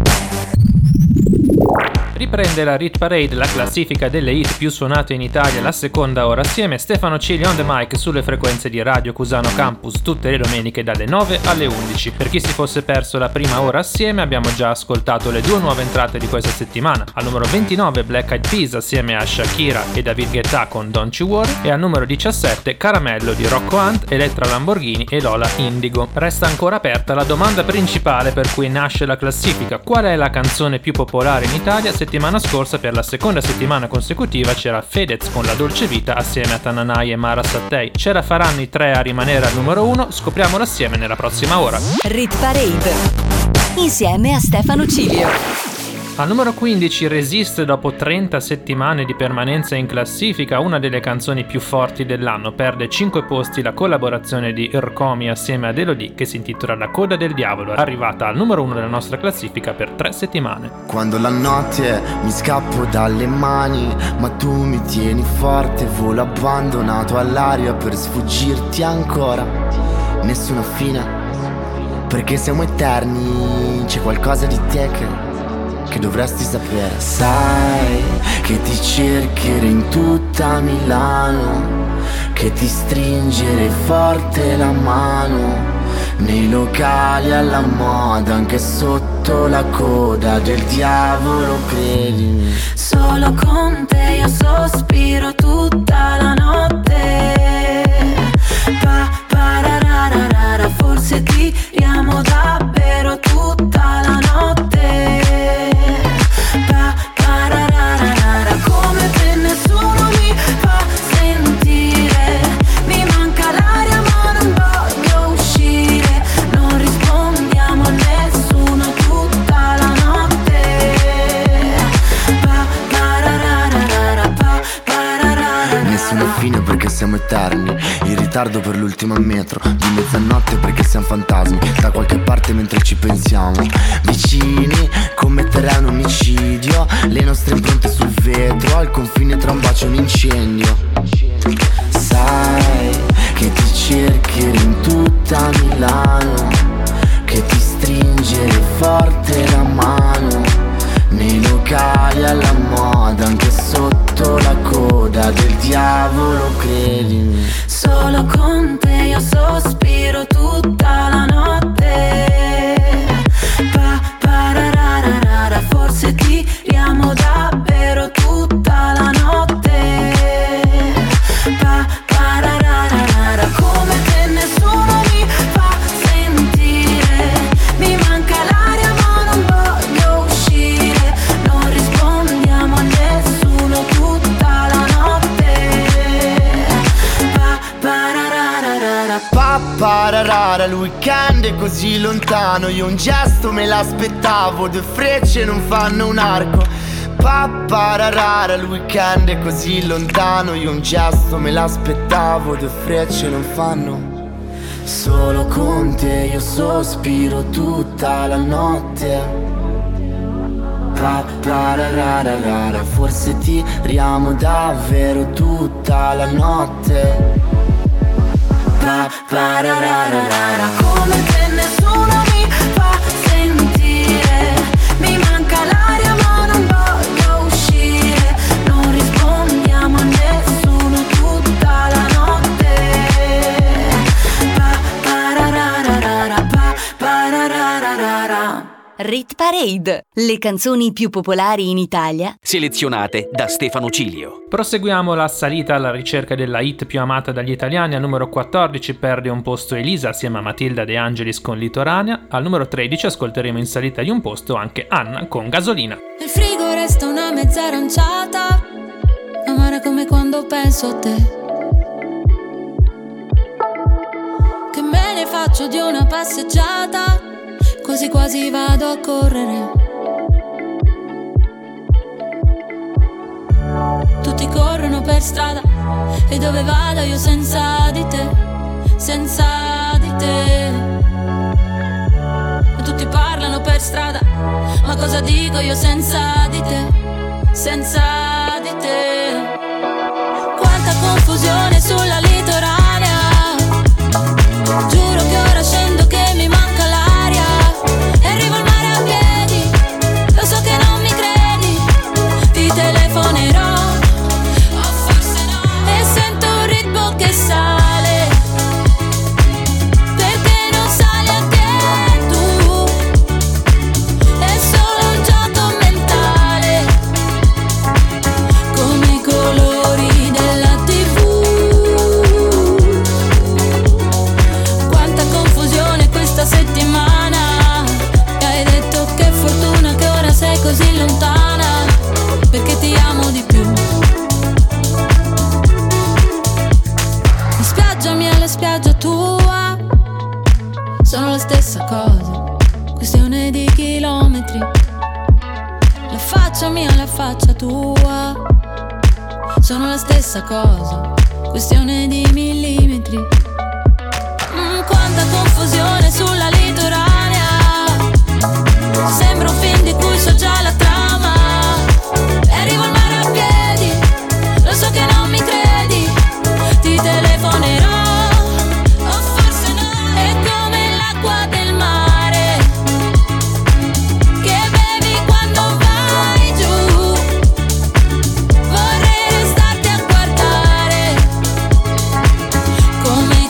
Riprende la Rit Parade, la classifica delle hit più suonate in Italia, la seconda ora, assieme Stefano Cilio on the mic sulle frequenze di Radio Cusano Campus tutte le domeniche dalle nove alle undici. Per chi si fosse perso la prima ora assieme, abbiamo già ascoltato le due nuove entrate di questa settimana. Al numero ventinove Black Eyed Peas assieme a Shakira e David Guetta con Don't You Worry, e al numero diciassette Caramello di Rocco Hunt, Elettra Lamborghini e Lola Indigo. Resta ancora aperta la domanda principale per cui nasce la classifica: qual è la canzone più popolare in Italia? Settimana scorsa, per la seconda settimana consecutiva, c'era Fedez con La Dolce Vita assieme a Tananai e Mara Sattei. Ce la faranno i tre a rimanere al numero uno? Scopriamolo assieme nella prossima ora. Rit Parade insieme a Stefano Cilio. Al numero quindici resiste dopo trenta settimane di permanenza in classifica una delle canzoni più forti dell'anno. Perde cinque posti la collaborazione di Ercomi assieme ad Elodie, che si intitola La Coda del Diavolo, arrivata al numero uno della nostra classifica per tre settimane. Quando la notte mi scappo dalle mani, ma tu mi tieni forte, volo abbandonato all'aria per sfuggirti ancora. Nessuna fine, perché siamo eterni, c'è qualcosa di te che... che dovresti sapere. Sai che ti cercherei in tutta Milano, che ti stringerei forte la mano, nei locali alla moda, anche sotto la coda del diavolo, credimi. Solo con te io sospiro tutta la notte. Pa, parararara, forse tiriamo davvero tutta la notte. Come se nessuno mi fa sentire, mi manca l'aria ma non voglio uscire, non rispondiamo a nessuno tutta la notte. Pa, parararara, pa, parararara. Nessuna fine perché siamo eterni, in ritardo per l'ultima metro, di mezzanotte perché siamo fantasmi, da qualche parte mentre ci pensiamo, vicini, commetterei un omicidio, le nostre impronte sul vetro, al confine tra un bacio e un incendio. Sai che ti cercherò in tutta Milano, che ti stringere forte la mano, nei locali alla moda, anche sotto la coda del diavolo, credimi. Solo con te io sospiro tutta la notte. Pa, parararara, forse tiriamo davvero tutta la notte. Pa, parararara, come te nessuno mi fa sentire. Mi manca l'aria ma non voglio uscire. Non rispondiamo a nessuno tutta la notte. Pa, parararara. Pappararara, il weekend è così lontano, io un gesto me l'aspettavo, due frecce non fanno un arco. Pappararara, il weekend è così lontano, io un gesto me l'aspettavo, due frecce non fanno. Solo con te io sospiro tutta la notte. Pappararara, forse tiriamo davvero tutta la notte. Pappararara, come te nessuno mi fa sentire. Mi manca l'aria ma non voglio uscire. Non rispondiamo a nessuno tutta la notte. Pa, parararara, pa, parararara. Rit Parade, le canzoni più popolari in Italia, selezionate da Stefano Cilio. Proseguiamo la salita alla ricerca della hit più amata dagli italiani. Al numero quattordici perde un posto Elisa assieme a Matilda De Angelis con Litoranea. Al numero tredici ascolteremo in salita di un posto anche Anna con Gasolina. Nel frigo resta una mezza aranciata, amara come quando penso a te. Che me ne faccio di una passeggiata, quasi quasi vado a correre. Tutti corrono per strada e dove vado io senza di te, senza di te. E tutti parlano per strada, ma cosa dico io senza di te, senza di te. Quanta confusione sulla litoranea, giuro che ora scendo che mi manca l'aria. E arrivo al mare a piedi, lo so che non mi credi, ti telefonerò, o forse no. E sento un ritmo che sale, perché non sali anche tu. È solo un gioco mentale, come i colori della tivù. Quanta confusione questa settimana, hai detto che fortuna che ora sei così lontana, perché ti amo di più. La spiaggia mia e la spiaggia tua sono la stessa cosa, questione di chilometri. La faccia mia e la faccia tua sono la stessa cosa, questione di millimetri. Mm, quanta confusione sulla litoranea, sembra un film di cui so già la trama. E arrivo al mare a piedi, lo so che non mi credi, ti telefonerò, o forse no. È come l'acqua del mare, che bevi quando vai giù. Vorrei restarti a guardare, come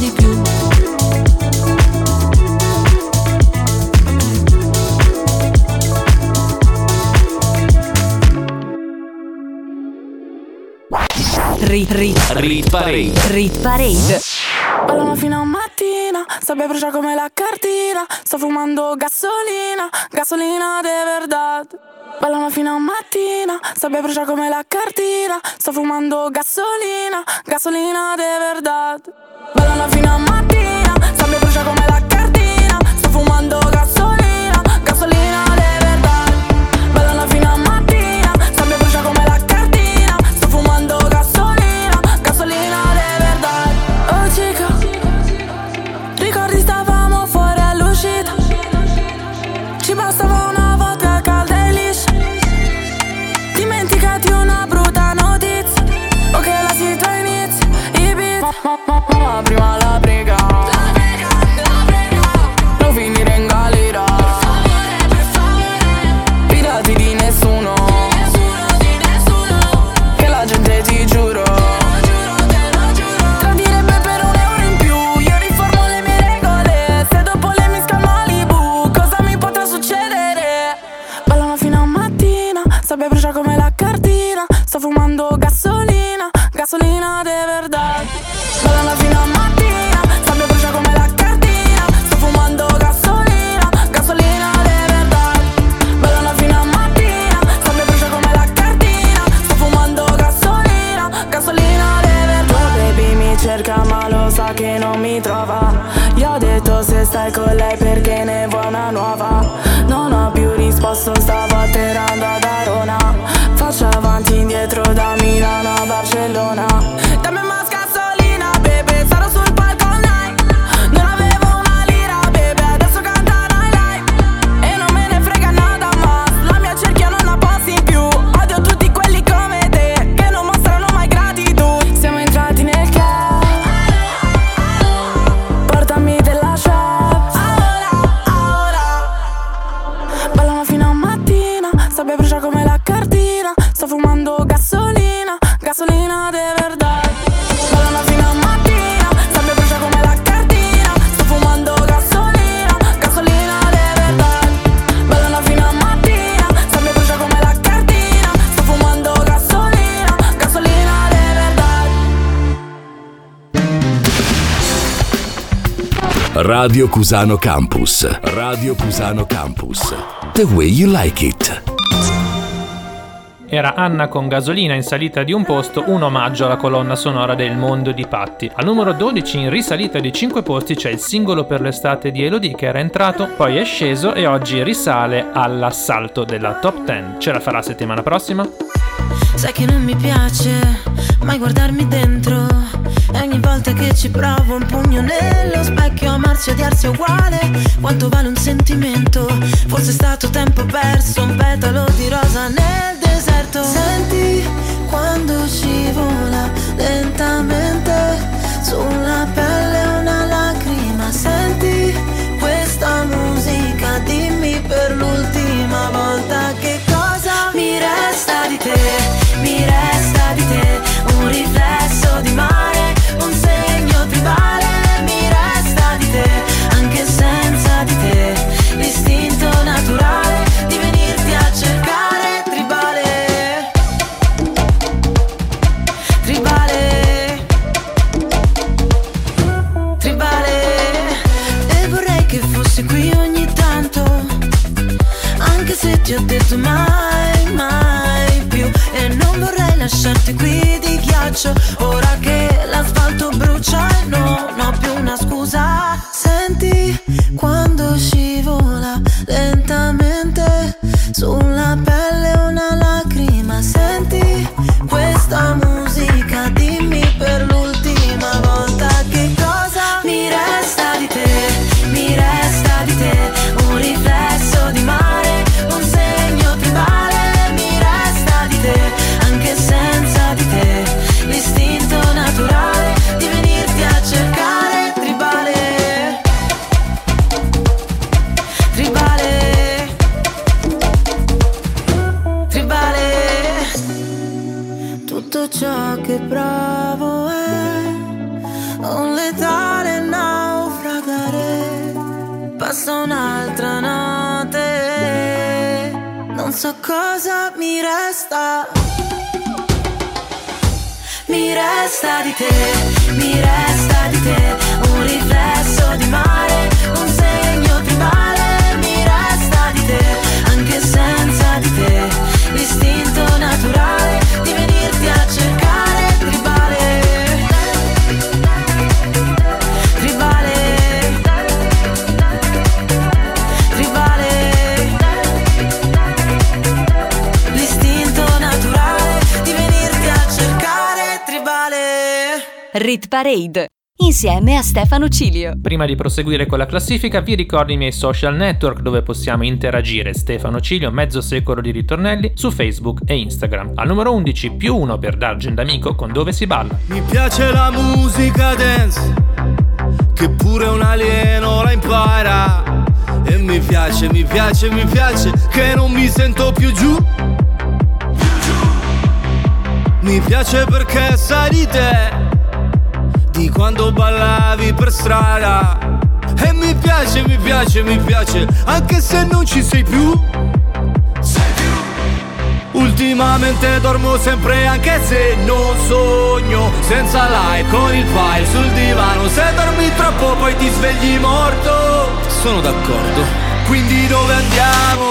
di più. Rit, rit, Rit Parade. Rit Parade. Ballano fino a mattina, sabbia brucia come la cartina. Sto fumando gasolina, gasolina de verdad. Ballano fino a mattina, sabbia brucia come la cartina. Sto fumando gasolina, gasolina de verdad. Ballano fino a mattina, sabbia brucia come la cartina. Sto fumando gasolina, gasolina de verdad. Ballano fino a mattina, sabbia brucia come la cartina. Sto fumando gasolina, gasolina de verdad. Oh chica, ricordi stavamo fuori all'uscita. Ci bastava una vodka calda e liscia. Dimenticati una brutta notizia. Ok, la situazione inizia. I beat ma, ma, ma, ma, prima la prega. La prega, la prega. Non finire in galera. Per favore, per favore. Fidati di nessuno. Nessuno di nessuno. Che la gente ti giuro. Tradirebbe per un euro in più. Io riformo le mie regole. Se dopo le mi scalma Malibu, cosa mi potrà succedere? Ballano fino a mattina, sabbia brucia come la cartina. Sto fumando gasolina, gasolina de verdad. Ballano fino a mattina, sabbia brucia come la cartina. Sto fumando gasolina, gasolina de verdad. Ballano fino a mattina, sabbia brucia come la cartina. Sto fumando gasolina, gasolina de verdad. Oh baby mi cerca ma lo sa che non mi trova. Io ho detto se stai con lei perché ne vuoi una nuova. Non ho più risposto, stavo atterrando ad Arona. Faccio avanti e indietro da Milano a Barcellona. Dammi más gasolina, baby, sarò sul palco night. Non avevo una lira, baby, adesso canta Night Live. E non me ne frega nada más, la mia cerchia non ha posti in più. Odio tutti quelli come te, che non mostrano mai gratitudine. Siamo entrati nel club, portami della shop. Ora, ora. Ballano fino a mattina, sabbia brucia come la cartina. Sto fumando gasolina, gasolina de verdad. Ballano fino a mattina, sabbia brucia come la cartina. Sto fumando gasolina, gasolina de verdad. Ballano fino a mattina, sabbia brucia come la cartina. Sto fumando gasolina, gasolina de verdad. Radio Cusano Campus. Radio Cusano Campus. The way you like it. Era Anna con Gasolina in salita di un posto, un omaggio alla colonna sonora del Mondo di Patti. Al numero dodici in risalita di cinque posti c'è il singolo per l'estate di Elodie che era entrato, poi è sceso e oggi risale all'assalto della top dieci. Ce la farà settimana prossima? Sai che non mi piace mai guardarmi dentro, e ogni volta che ci provo un pugno nello specchio. Amarsi e odiarsi è uguale, quanto vale un sentimento? Forse è stato tempo perso, un petalo di rosa nel deserto. Senti quando scivola lentamente sulla pelle una lacrima. Senti questa musica, dimmi per l'ultima volta che cosa mi resta di te, mi resta di te. Un riflesso di mare, un segno tribale. Mi resta di te, anche senza di te. L'istinto naturale di venirti a cercare. Tribale, tribale, tribale. E vorrei che fossi qui ogni tanto, anche se ti ho detto mai, mai più. E non vorrei lasciarti qui di ghiaccio, ora che l'asfalto brucia e non ho più una scusa. Senti quando scivola lentamente sulla pelle una lacrima. Senti questa musica, dimmi per l'ultima volta che cosa mi resta di te, mi resta di te. Un riflesso di mare, un segno tribale. Mi resta di te, anche senza di te. L'istinto naturale di venirti a cercare. Tribale, non so cosa mi resta. Mi resta di te, mi resta di te, un riflesso di mare, un segno tribale. Mi resta di te, anche senza di te, l'istinto naturale di venirti a cercare. Tribale, tribale, tribale, l'istinto naturale di venirti a cercare. Tribale. Rit Parade insieme a Stefano Cilio. Prima di proseguire con la classifica vi ricordo i miei social network dove possiamo interagire. Stefano Cilio, mezzo secolo di ritornelli, su Facebook e Instagram. Al numero undici, più uno per Dargen D'Amico con Dove si balla. Mi piace la musica dance, che pure un alieno la impara. E mi piace, mi piace, mi piace, che non mi sento più giù. Mi piace perché sai di te, di quando ballavi per strada. E mi piace, mi piace, mi piace, anche se non ci sei più. Sei più. Ultimamente dormo sempre anche se non sogno, senza like con il file sul divano. Se dormi troppo poi ti svegli morto. Sono d'accordo. Quindi dove andiamo?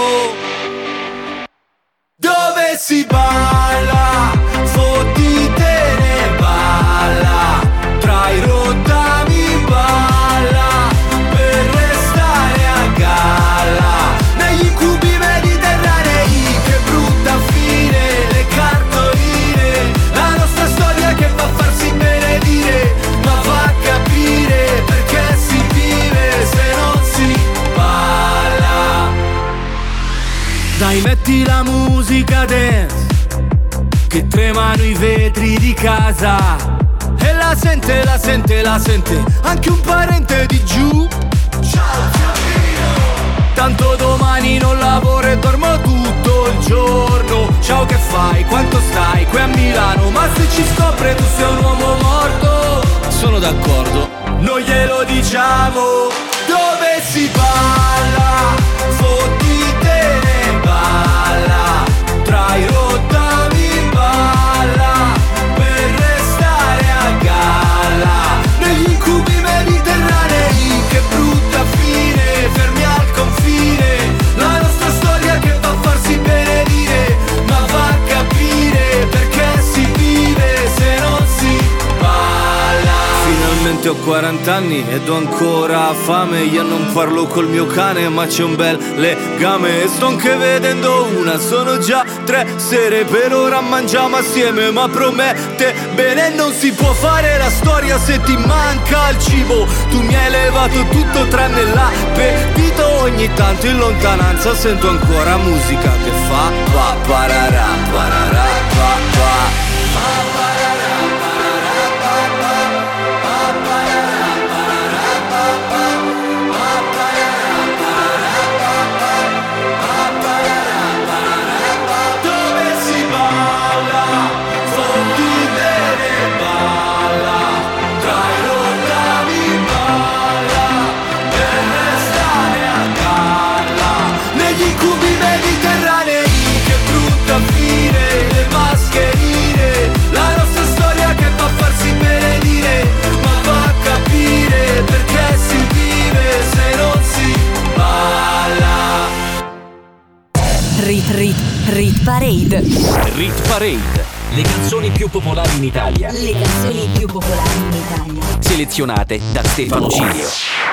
Dove si balla? Fotti te ne balla, tra i rottami balla, per restare a galla, negli incubi mediterranei. Che brutta fine, le cartoline, la nostra storia che fa farsi benedire, ma fa capire perché si vive se non si balla. Dai, metti la musica dance, che tremano i vetri di casa. E la sente, la sente, la sente anche un parente di giù. Ciao Fiorino. Tanto domani non lavoro e dormo tutto il giorno. Ciao, che fai? Quanto stai? Qui a Milano. Ma se ci scopre tu sei un uomo morto. Sono d'accordo, non glielo diciamo. Dove si balla? Fotti te ne balla, tra i rottami balla, per restare a galla, negli incubi mediterranei. Che brutta fine, fermi al confine, la nostra storia che fa farsi benedire, ma fa capire perché si vive se non si balla. Finalmente ho quaranta anni ed ho ancora fame. Io non parlo col mio cane ma c'è un bel legame. E sto anche vedendo una, sono già tre sere. Per ora mangiamo assieme ma promette bene. Non si può fare la storia se ti manca il cibo. Tu mi hai levato tutto tranne l'appetito. Ogni tanto in lontananza sento ancora musica che fa pa pararà, pararà, pa pa. Rit, rit, rit parade. Rit Parade. Le canzoni più popolari in Italia. Le canzoni più popolari in Italia. Selezionate da Stefano Cilio.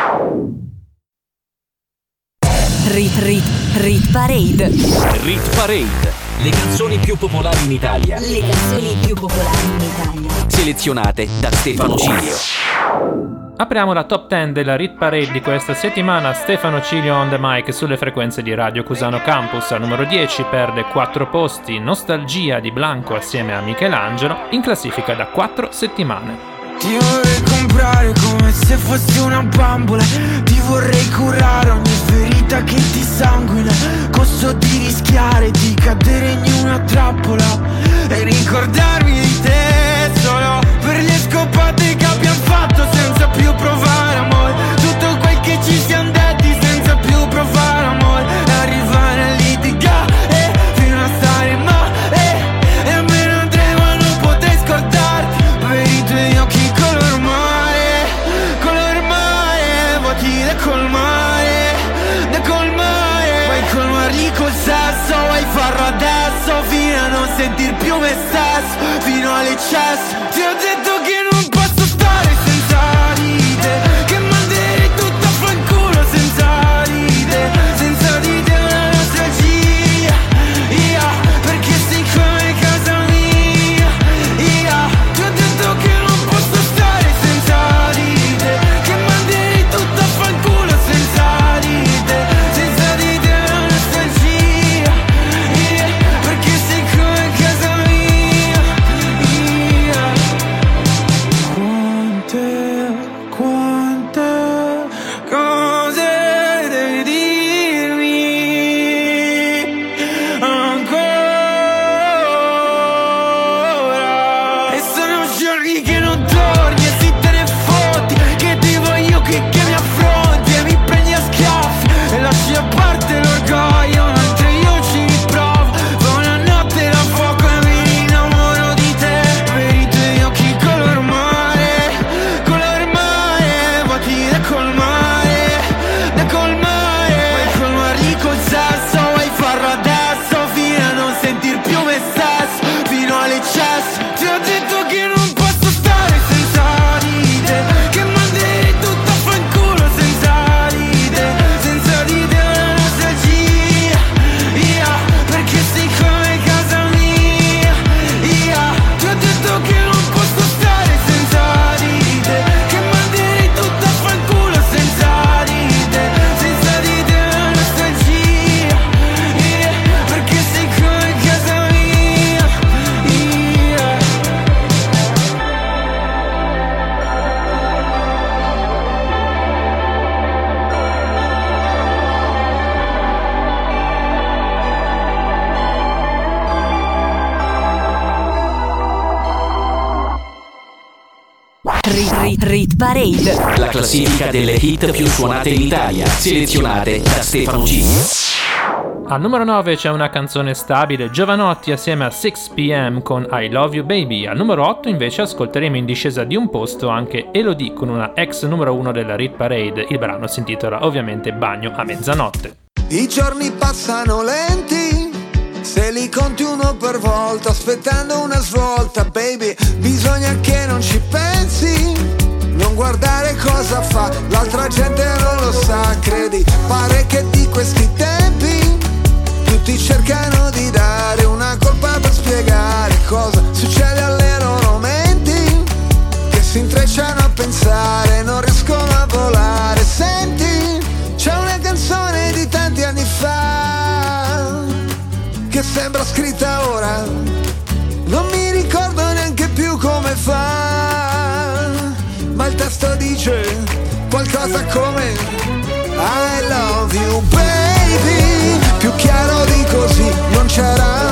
Rit, rit, rit parade. Rit Parade. Le canzoni più popolari in Italia. Le canzoni più popolari in Italia. Selezionate da Stefano Cilio. Apriamo la top dieci della Rit Parade di questa settimana. Stefano Cilio on the mic sulle frequenze di Radio Cusano Campus. Al numero dieci perde quattro posti Nostalgia di Blanco assieme a Michelangelo, in classifica da quattro settimane. Ti vorrei comprare come se fossi una bambola. Ti vorrei curare ogni ferita che ti sanguina. Costo di rischiare di cadere in una trappola e ricordarmi di te solo per le scopate che abbiamo fatto senza più provare amore. Tutto quel che ci siamo detti senza più provare amore. Arrivare a litigare sentir più me stesso fino all'eccesso. Ti ho detto che non posso stare senza di te, che manderei tutto a fanculo senza di te, senza di te una nostalgia, yeah, perché sei come casa mia, yeah. Ti ho detto che non posso stare senza di te, che manderei tutto a fanculo senza di te, senza di te una nostalgia, yeah, perché sei come casa mia, yeah. Quante, quante cose devi dirmi ancora, e sono giorni che non torni e si te ne fotti, che ti voglio che, che mi affronti e mi prendi a schiaffi e lasci a parte l'orgoglio mentre io ci provo. Fa una notte da fuoco e mi innamoro di te, per i tuoi occhi color mare, color mare, vuoti da colmare, da colmare. Vuoi colmarli col sesso, vuoi farlo adesso fino a non sentir più me stesso, fino all'eccesso. Ti ho detto che non posso stare senza di te, che manderei tutto a fanculo senza di te, senza di te una nostalgia, yeah, perché sei come casa mia, yeah. Ti ho detto che non posso stare senza di te, che manderei tutto a fanculo senza di te, senza di te una nostalgia, yeah, perché sei come casa mia, yeah. Rit, rit, rit Parade. La classifica delle hit più suonate in Italia, selezionate da Stefano G. Al numero nove c'è una canzone stabile, Giovanotti assieme a sei p m con I Love You Baby. Al numero otto invece ascolteremo in discesa di un posto anche Elodie con una ex numero uno della Rit Parade. Il brano si intitola ovviamente Bagno a mezzanotte. I giorni passano lenti, se li conti uno per volta, aspettando una svolta, baby. Bisogna che non ci pensi, non guardare cosa fa, l'altra gente non lo sa, credi. Pare che di questi tempi tutti cercano di dare una colpa per spiegare cosa succede alle loro menti, che si intrecciano a pensare, non riescono a volare. Senti, c'è una canzone di tanti anni fa che sembra scritta ora, non mi ricordo neanche più come fa, ma il testo dice qualcosa come I love you baby, più chiaro di così non c'era.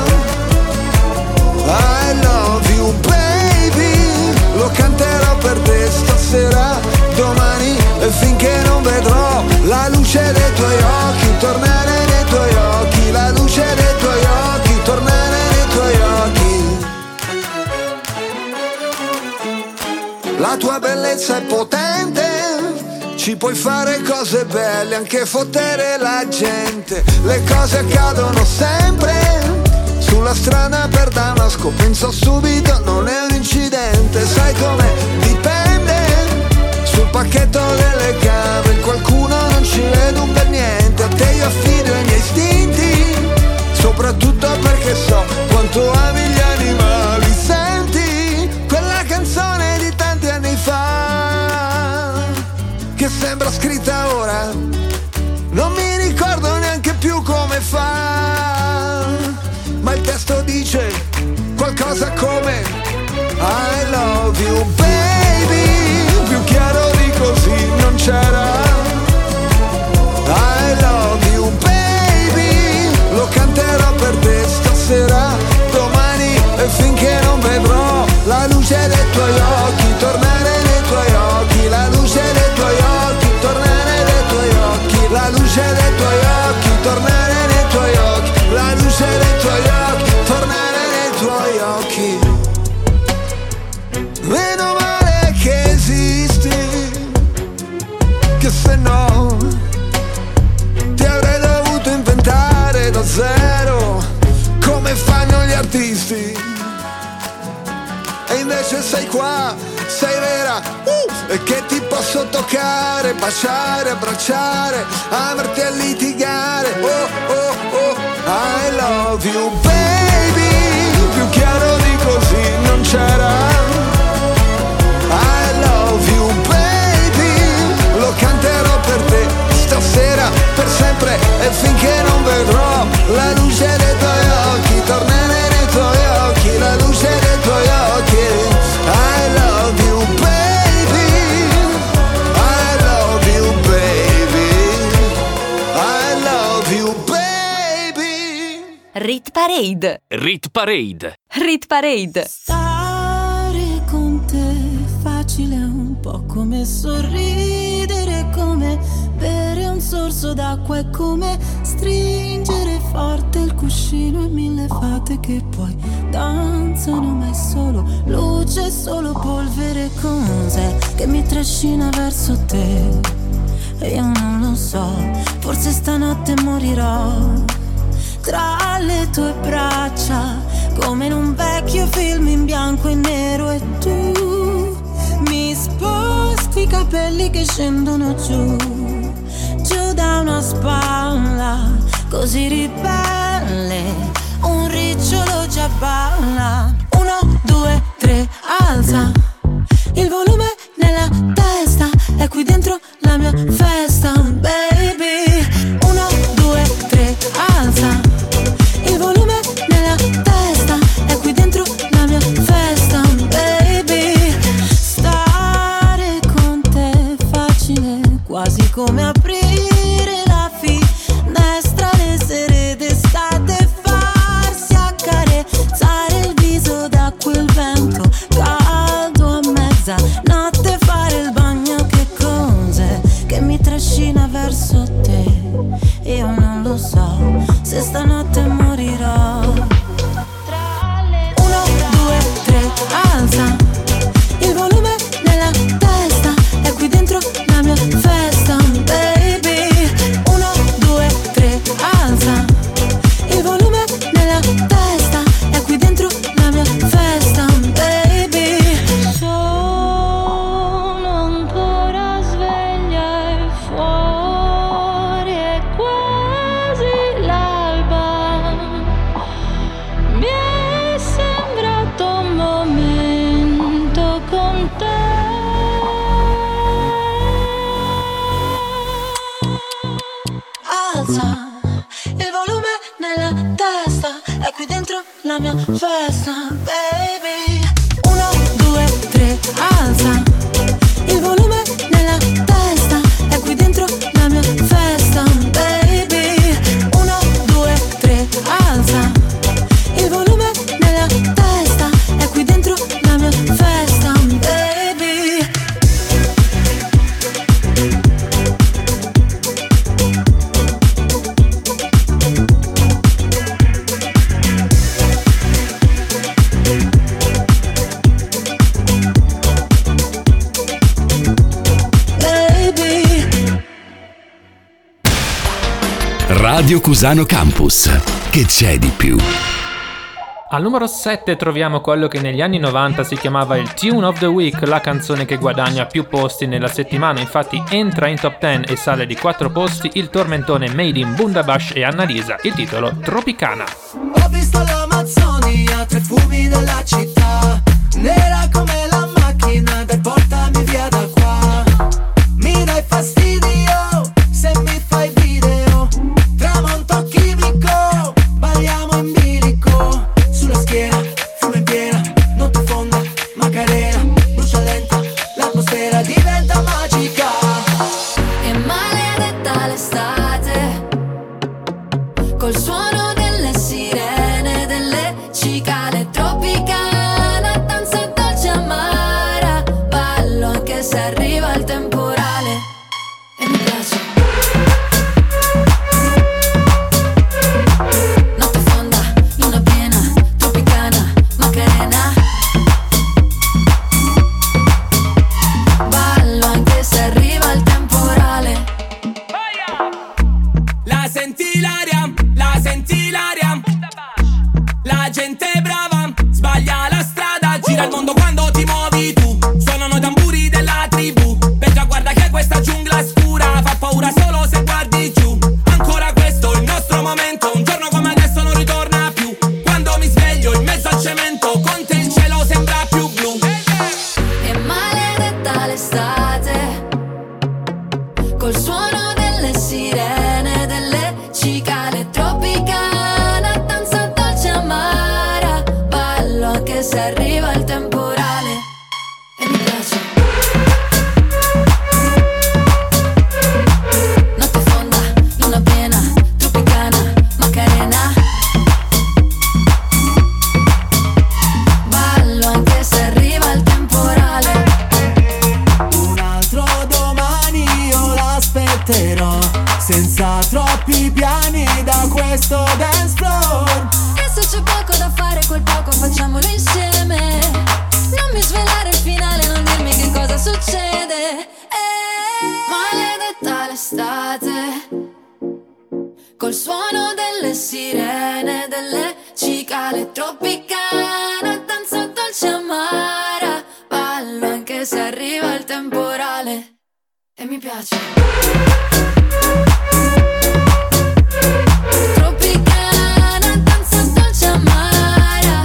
I love you baby, lo canterò per te stasera, domani e finché non vedrò la luce dei tuoi occhi, tornare nei tuoi occhi, la luce dei tuoi occhi, tornare nei tuoi occhi. La tua bellezza è potente, ci puoi fare cose belle, anche fottere la gente. Le cose accadono sempre sulla strada per Damasco, penso subito non è un incidente. Sai come dipende sul pacchetto delle camere, qualcuno non ci vede un bel niente. A te io affido i miei istinti, soprattutto perché so quanto ami gli animali. Senti quella canzone di tanti anni fa che sembra scritta ora, non mi ricordo neanche più come fa, ma il testo dice qualcosa come I love you baby, più chiaro di così non c'era. I love you baby, lo canterò per te stasera, domani e finché non vedrò la luce dei tuoi occhi, tornare nei tuoi occhi, la luce dei tuoi occhi, tornare nei tuoi occhi, la luce dei tuoi occhi, tornare nei tuoi occhi, la luce dei tuoi occhi, tornare nei tuoi occhi. Meno male che esisti, che se no ti avrei dovuto inventare da zero, come fanno gli artisti. tristi. E invece sei qua, sei vera, uh, e che ti posso toccare, baciare, abbracciare, amarti a litigare. Oh, oh, oh, I love you baby, più chiaro di così non c'era. I love you baby, lo canterò per te stasera, per sempre e finché non vedrò la luce dei tuoi occhi, tornare nei tuoi occhi, la luce dei tuoi occhi. I love you baby, I love you baby, I love you baby. Rit Parade. Rit Parade. Rit Parade. Stare con te facile, un po' come sorridere, come bere un sorso d'acqua, è come stringere forte il cuscino e mille fate che poi danzano, ma è solo luce, solo polvere. Cos'è che mi trascina verso te? E io non lo so, forse stanotte morirò tra le tue braccia, come in un vecchio film in bianco e nero, e tu mi sposti i capelli che scendono giù, giù da una spalla, così ribelle, un ricciolo già balla. Uno, due, tre, alza il volume nella testa, è qui dentro la mia festa, baby. Uno, due, tre, alza il volume nella testa, è qui dentro la mia festa, baby. Stare con te è facile, quasi come aprire la finestra le sere d'estate, farsi accarezzare il viso da quel vento caldo a mezzanotte, fare il bagno. Che cos'è che mi trascina verso te? Io non lo so, se stanotte morirò. Uno, due, tre, alza il volume nella testa, è qui dentro la mia festa, baby. Uno, due, tre, alza il volume nella testa, è qui dentro la mia festa, baby. Sono ancora sveglia e fuori è quasi l'alba, mi è sembrato un momento con te. Alza il volume nella testa, è qui dentro la mia festa, baby. Uno, due, tre, alza il volume nella testa, è qui dentro la mia festa, baby. Uno, due, tre, alza il volume nella testa, è qui dentro la mia festa, baby. Radio Cusano Campus. Che c'è di più? Al numero sette troviamo quello che negli anni novanta si chiamava il Tune of the Week, la canzone che guadagna più posti nella settimana. Infatti entra in top dieci e sale di quattro posti il tormentone Made in Bundabash e Annalisa, il titolo Tropicana. Ho visto l'Amazzonia, tre fumi della città, nera come la macchina del portami via da qua. Mi dai fastidio se mi fai video, tramonto chimico, balliamo in bilico, sulla schiena, fumo in piena, notte fonda, Macarena, brucia lenta, l'atmosfera diventa magica. E maledetta l'estate, col suono delle sirene, delle cicale tropicana, danza dolce amara, ballo anche se arriva il temporale. E mi piace. Notte fonda, luna piena, tropicana, Macarena, ballo anche se arriva il temporale. suono delle sirene, delle cicale tropicana, danza dolce amara, ballo anche se arriva il temporale e mi piace. Notte fonda, luna piena, tropicana, Macarena, ballo anche se arriva il temporale. Un altro domani io l'aspetterò, senza troppi piani da questo dance floor. E se c'è poco da fare, quel poco facciamolo insieme. Non mi svelare il finale, non dirmi che cosa succede. Eh, maledetta l'estate, col suono delle sirene, delle cicale tropicana, danza dolce amara, ballo anche se arriva il temporale e mi piace. Tropicana, danza dolce amara,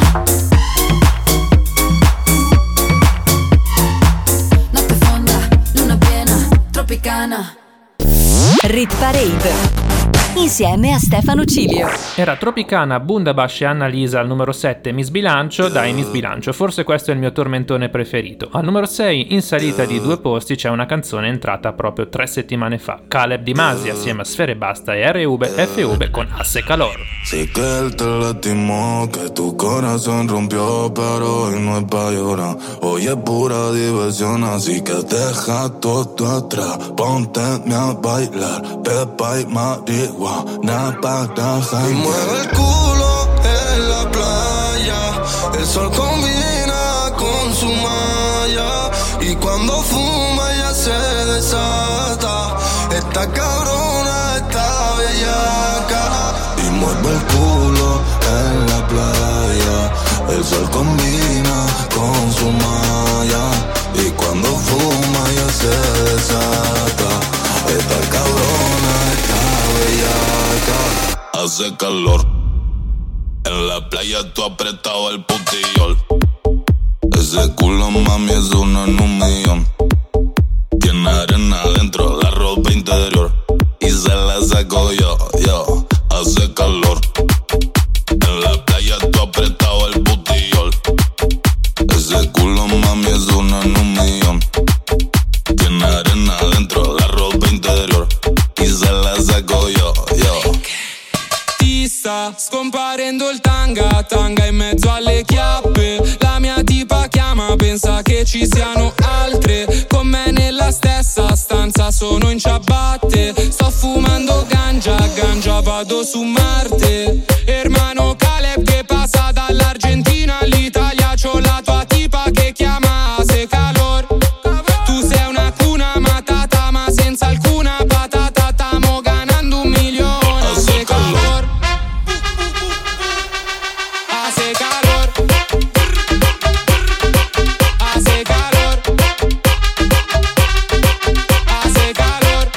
notte fonda, luna piena, tropicana. Rit Parade insieme a Stefano Cilio. Era Tropicana, Bundabash e Annalisa al numero sette, Mi sbilancio, dai mi sbilancio, forse questo è il mio tormentone preferito. Al numero sei, in salita di due posti, c'è una canzone entrata proprio tre settimane fa, Caleb Di Masi assieme a Sfere Basta e R U B F U B con Hace Calor. Sí que él te lastimó, que tu corazón rompió, pero hoy no es pa' llorar. Hoy es pura diversión, así que deja todo atrás. Ponte a bailar, pepa y marihuana para janguear. Y mueve el culo en la playa, el sol combina con su malla. Y cuando fuma ya se desata, esta cabrona está bellaca. Y mueve el culo en la playa, el sol combina con su malla. Y cuando fuma ya se desata, esta cabrona está bellaca. Hace calor, en la playa tú apretado el putillol. Ese culo mami es uno en un millón. Tiene arena dentro, la ropa interior, y se la saco yo, yo. Hace calor, en la playa tú apretado el putillol. Ese culo mami es uno en un millón. Tiene arena dentro, la ropa interior, y se la saco yo, yo. Ti sta scomparendo il tanga, tanga in mezzo alle chiappe. La mia tipa chiama, pensa che ci siano altre con me nella stessa stanza, sono in ciabatte. Sto fumando ganja, ganja vado su Marte. Hermano Caleb che passa dall'Argentina all'Italia, c'ho la tua tipa che chiama Hace Calor. Tu sei una cuna matata ma senza alcuna patata, stamo ganando un milione. Hace calor, hace calor, hace calor, hace calor.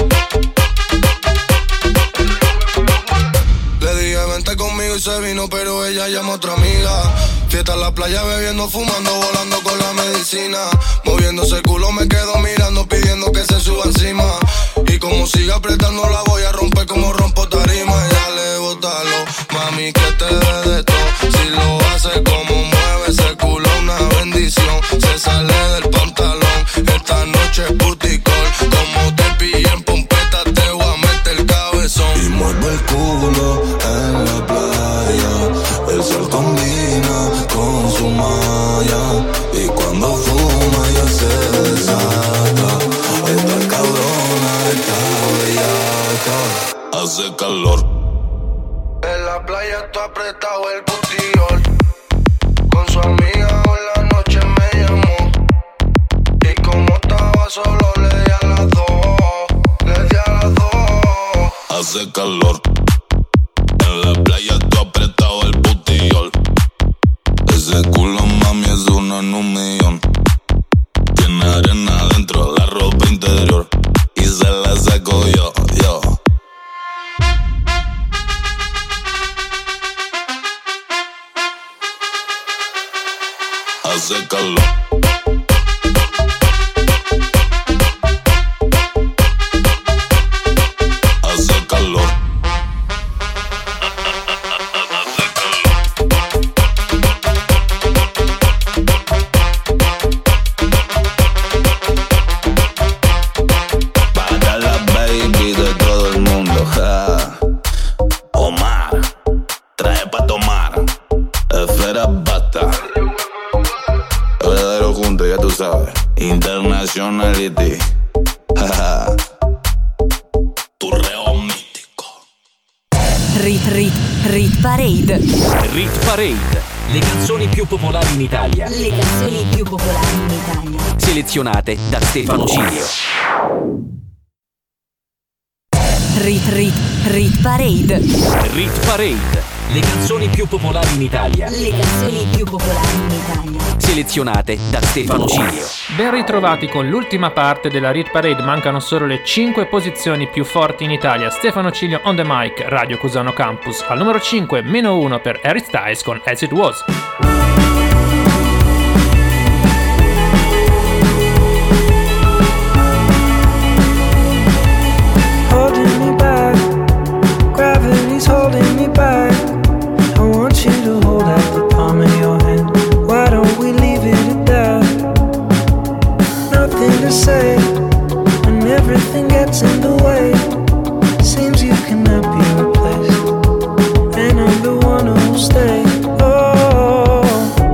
Le dije vente conmigo y se vino, pero ella llama a otra amiga. Fiesta en la playa, bebiendo, fumando, volando con la medicina. Moviéndose el culo me quedo mirando, pidiendo que se suba encima. Y como siga apretando la voy a romper como rompo tarima. Dale, bótalo, mami, que te dé de todo. Si lo hace como mueve ese culo, una bendición. Se sale del pantalón, esta noche es puticol. Como te pillé en pompeta, te voy a meter el cabezón. Y mueve el culo en la playa, el sol combina con su malla. Y cuando fuma ya se desata, esta cabrona está bellaca. Hace calor, en la playa está apretado el putillol. Con su amiga hoy la noche me llamó. Y como estaba solo le di a las dos, le di a las dos. hace calor. En la playa tú apretado el putillol. Ese culo mami es uno en un millón. Tiene arena adentro, la ropa interior, y se la saco yo, yo. Hace calor. personality. Torreo mitico. Rit Rit Rit Parade. Rit Parade. Le canzoni più popolari in Italia. Le canzoni più popolari in Italia. Selezionate da Stefano Cilio. Rit Rit Rit Parade. Rit Parade. Le canzoni più popolari in Italia. Le canzoni più popolari in Italia. Selezionate da Stefano Cilio. Ben ritrovati con l'ultima parte della Rit Parade. Mancano solo le cinque posizioni più forti in Italia. Stefano Cilio on the mic, Radio Cusano Campus. Al numero cinque, meno uno per Harry Styles con As It Was. Holding me back, gravity's holding me back. I want you to hold out the palm of your hand. Why don't we leave it at that? Nothing to say, when everything gets in the way. Seems you cannot be replaced, and I'm the one who'll stay. Oh,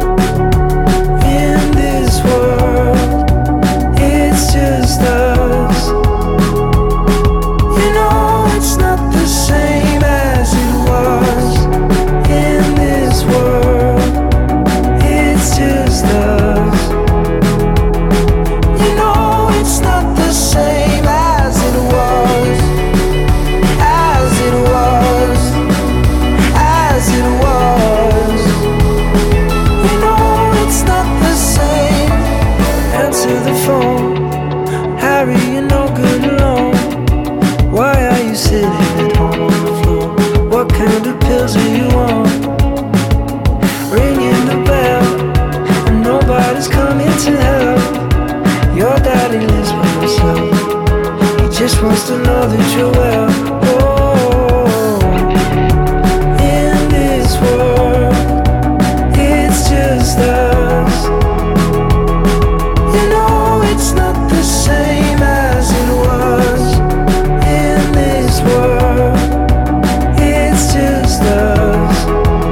in this world, it's just us. You know it's not the same as it was. In this world, it's just us. You know it's not the same as it was. As it was. As it was. You know it's not the same. Answer the phone, Harry, you're no good alone. Why are you sitting at home on the floor? What kind of pills are you on? Ringing the bell, and nobody's coming to help. Your daddy lives by himself. He just wants to know that you're well. Oh, in this world, it's just us. You know it's not the same as it was. In this world, it's just us.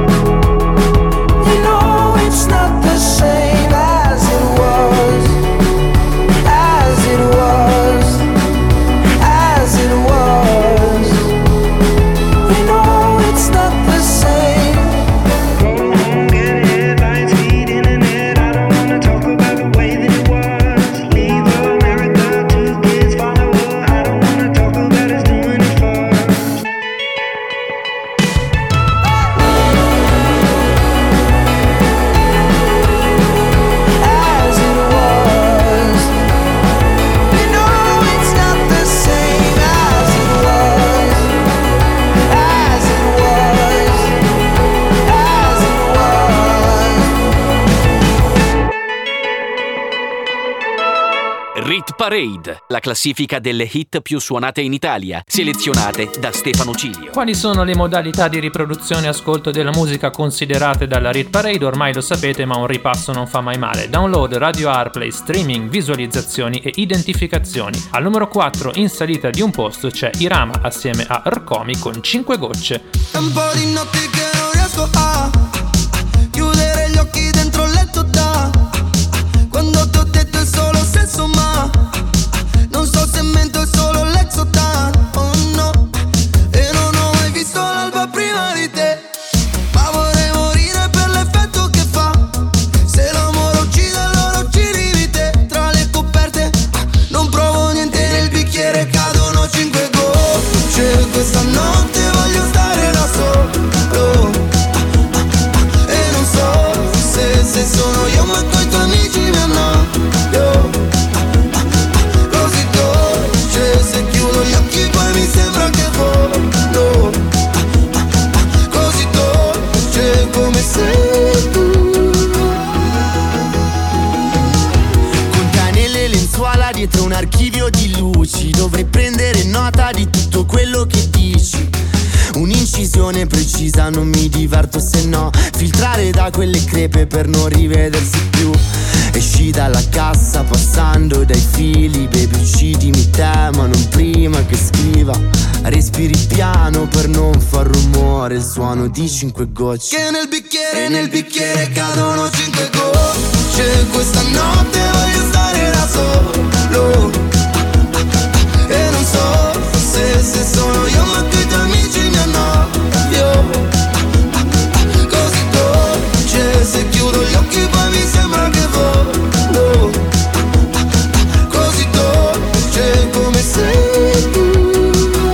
You know it's not the same as it was. As it was. As it was. You know it's not the same. Go home, get headlines, feed internet. I don't wanna talk about the way that it was. Leave America, two kids follow her. I don't wanna talk about us doing it first. As it was. You know it's not the same as it was. As it was. As it was. Rit Parade, la classifica delle hit più suonate in Italia, selezionate da Stefano Cilio. Quali sono le modalità di riproduzione e ascolto della musica considerate dalla Rit Parade? Ormai lo sapete, ma un ripasso non fa mai male. Download, radio airplay, streaming, visualizzazioni e identificazioni. Al numero quattro, in salita di un posto, c'è Irama assieme a Rkomi con cinque gocce. È un po' di notti che non riesco a, a chiudere gli occhi dentro il letto da quando ti ho detto il solo senso, ma non so se mento, è solo l'exotan. Oh no, e non ho mai visto l'alba prima di te, ma vorrei morire per l'effetto che fa. Se l'amore uccide allora uccidi di te. Tra le coperte non provo niente, nel bicchiere cadono cinque gocce. Questa notte voglio stare da solo. E non so se, se sono io ma coi tuoi amici mi annoio. Così dolce, se chiudo gli occhi poi mi sembra che volo. Così dolce come sei tu. Con te nelle lenzuola dietro un archivio di luci, dovrei prendere nota di tutto quello che dici. Un'incisione precisa, non mi diverto se no. Filtrare da quelle crepe per non rivedersi più. Esci dalla cassa passando dai fili. Baby uccidimi te ma non prima che scriva. Respiri piano per non far rumore, il suono di cinque gocce. Che nel bicchiere, nel bicchiere cadono cinque gocce. Questa notte voglio stare da solo. no. E non so se, se sono io ma che i tuoi amici mi annoio. Così dolce, se chiudo gli occhi poi mi sembra che volo. Così dolce come sei tu.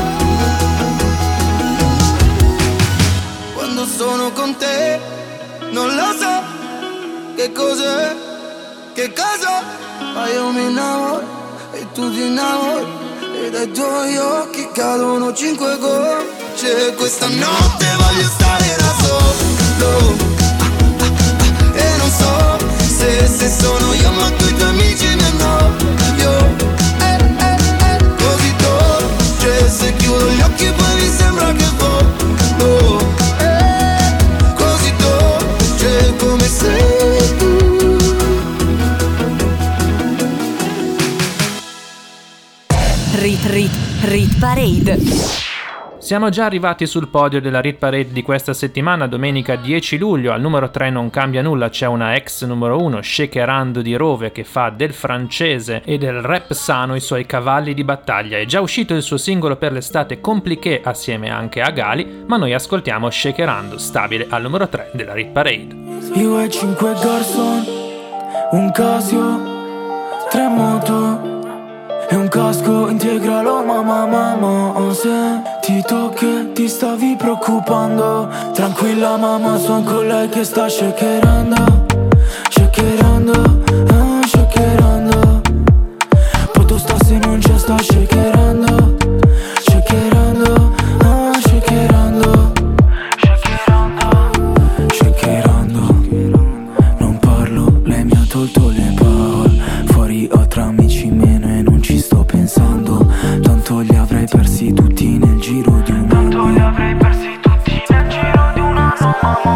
Quando sono con te non lo so che cos'è, che cosa, ma io mi innamoro e tu ti innamori e dai tuoi occhi cadono cinque gocce. Questa notte voglio stare da solo e non so se, se sono io ma tu i tuoi amici mi annoio. Eh, eh, eh, così dolce, se chiudo gli occhi poi mi sembra che volo. Eh, così dolce come sei tu. Rit Rit Rit Parade. Siamo già arrivati sul podio della Rit Parade di questa settimana, domenica dieci luglio. Al numero tre non cambia nulla, c'è una ex numero uno, Shakerando di Rove, che fa del francese e del rap sano i suoi cavalli di battaglia. È già uscito il suo singolo per l'estate Compliqué assieme anche a Gali, ma noi ascoltiamo Shakerando, stabile al numero tre della Rit Parade. Io e cinque garçon, un Casio, tre moto e un casco integralo, mamma, mamma. Se ti tocchi ti stavi preoccupando, tranquilla mamma, son con lei che sta shakerando, shakerando, ah, shakerando. Poto sta se non c'è, sta shakerando, shakerando, ah, shakerando, shakerando, shakerando. Non parlo, lei mi ha tolto le parole, fuori ho tra amici meno e non ci sto pensando, tanto li avrei persi tutti nel giro di un anno. Tanto li avrei persi tutti nel giro di un anno.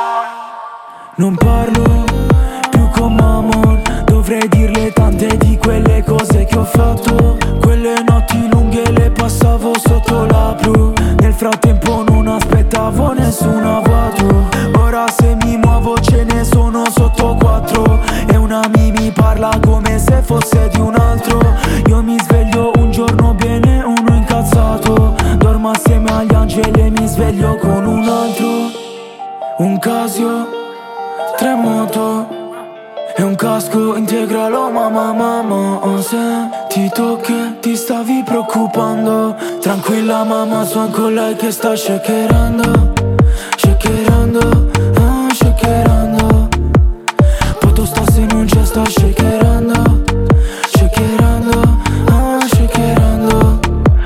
Non parlo più con Mamon, dovrei dirle tante di quelle cose che ho fatto. Quelle notti lunghe le passavo sotto la blu, nel frattempo non aspettavo nessuna auto. Ora se mi muovo ce ne sono sotto quattro e una mi mi parla come se fosse di un altro. Io mi sveglio un giorno bene, uno incazzato, dormo assieme agli angeli e mi sveglio con un altro. Un Casio, tre moto e un casco integralo, mamma, mamma. Se ti tocchi ti stavi preoccupando, tranquilla mamma, son con lei che sta shakerando, shakerando, ah, shakerando. Poto sta se non c'è, sta shakerando, shakerando, ah, shakerando,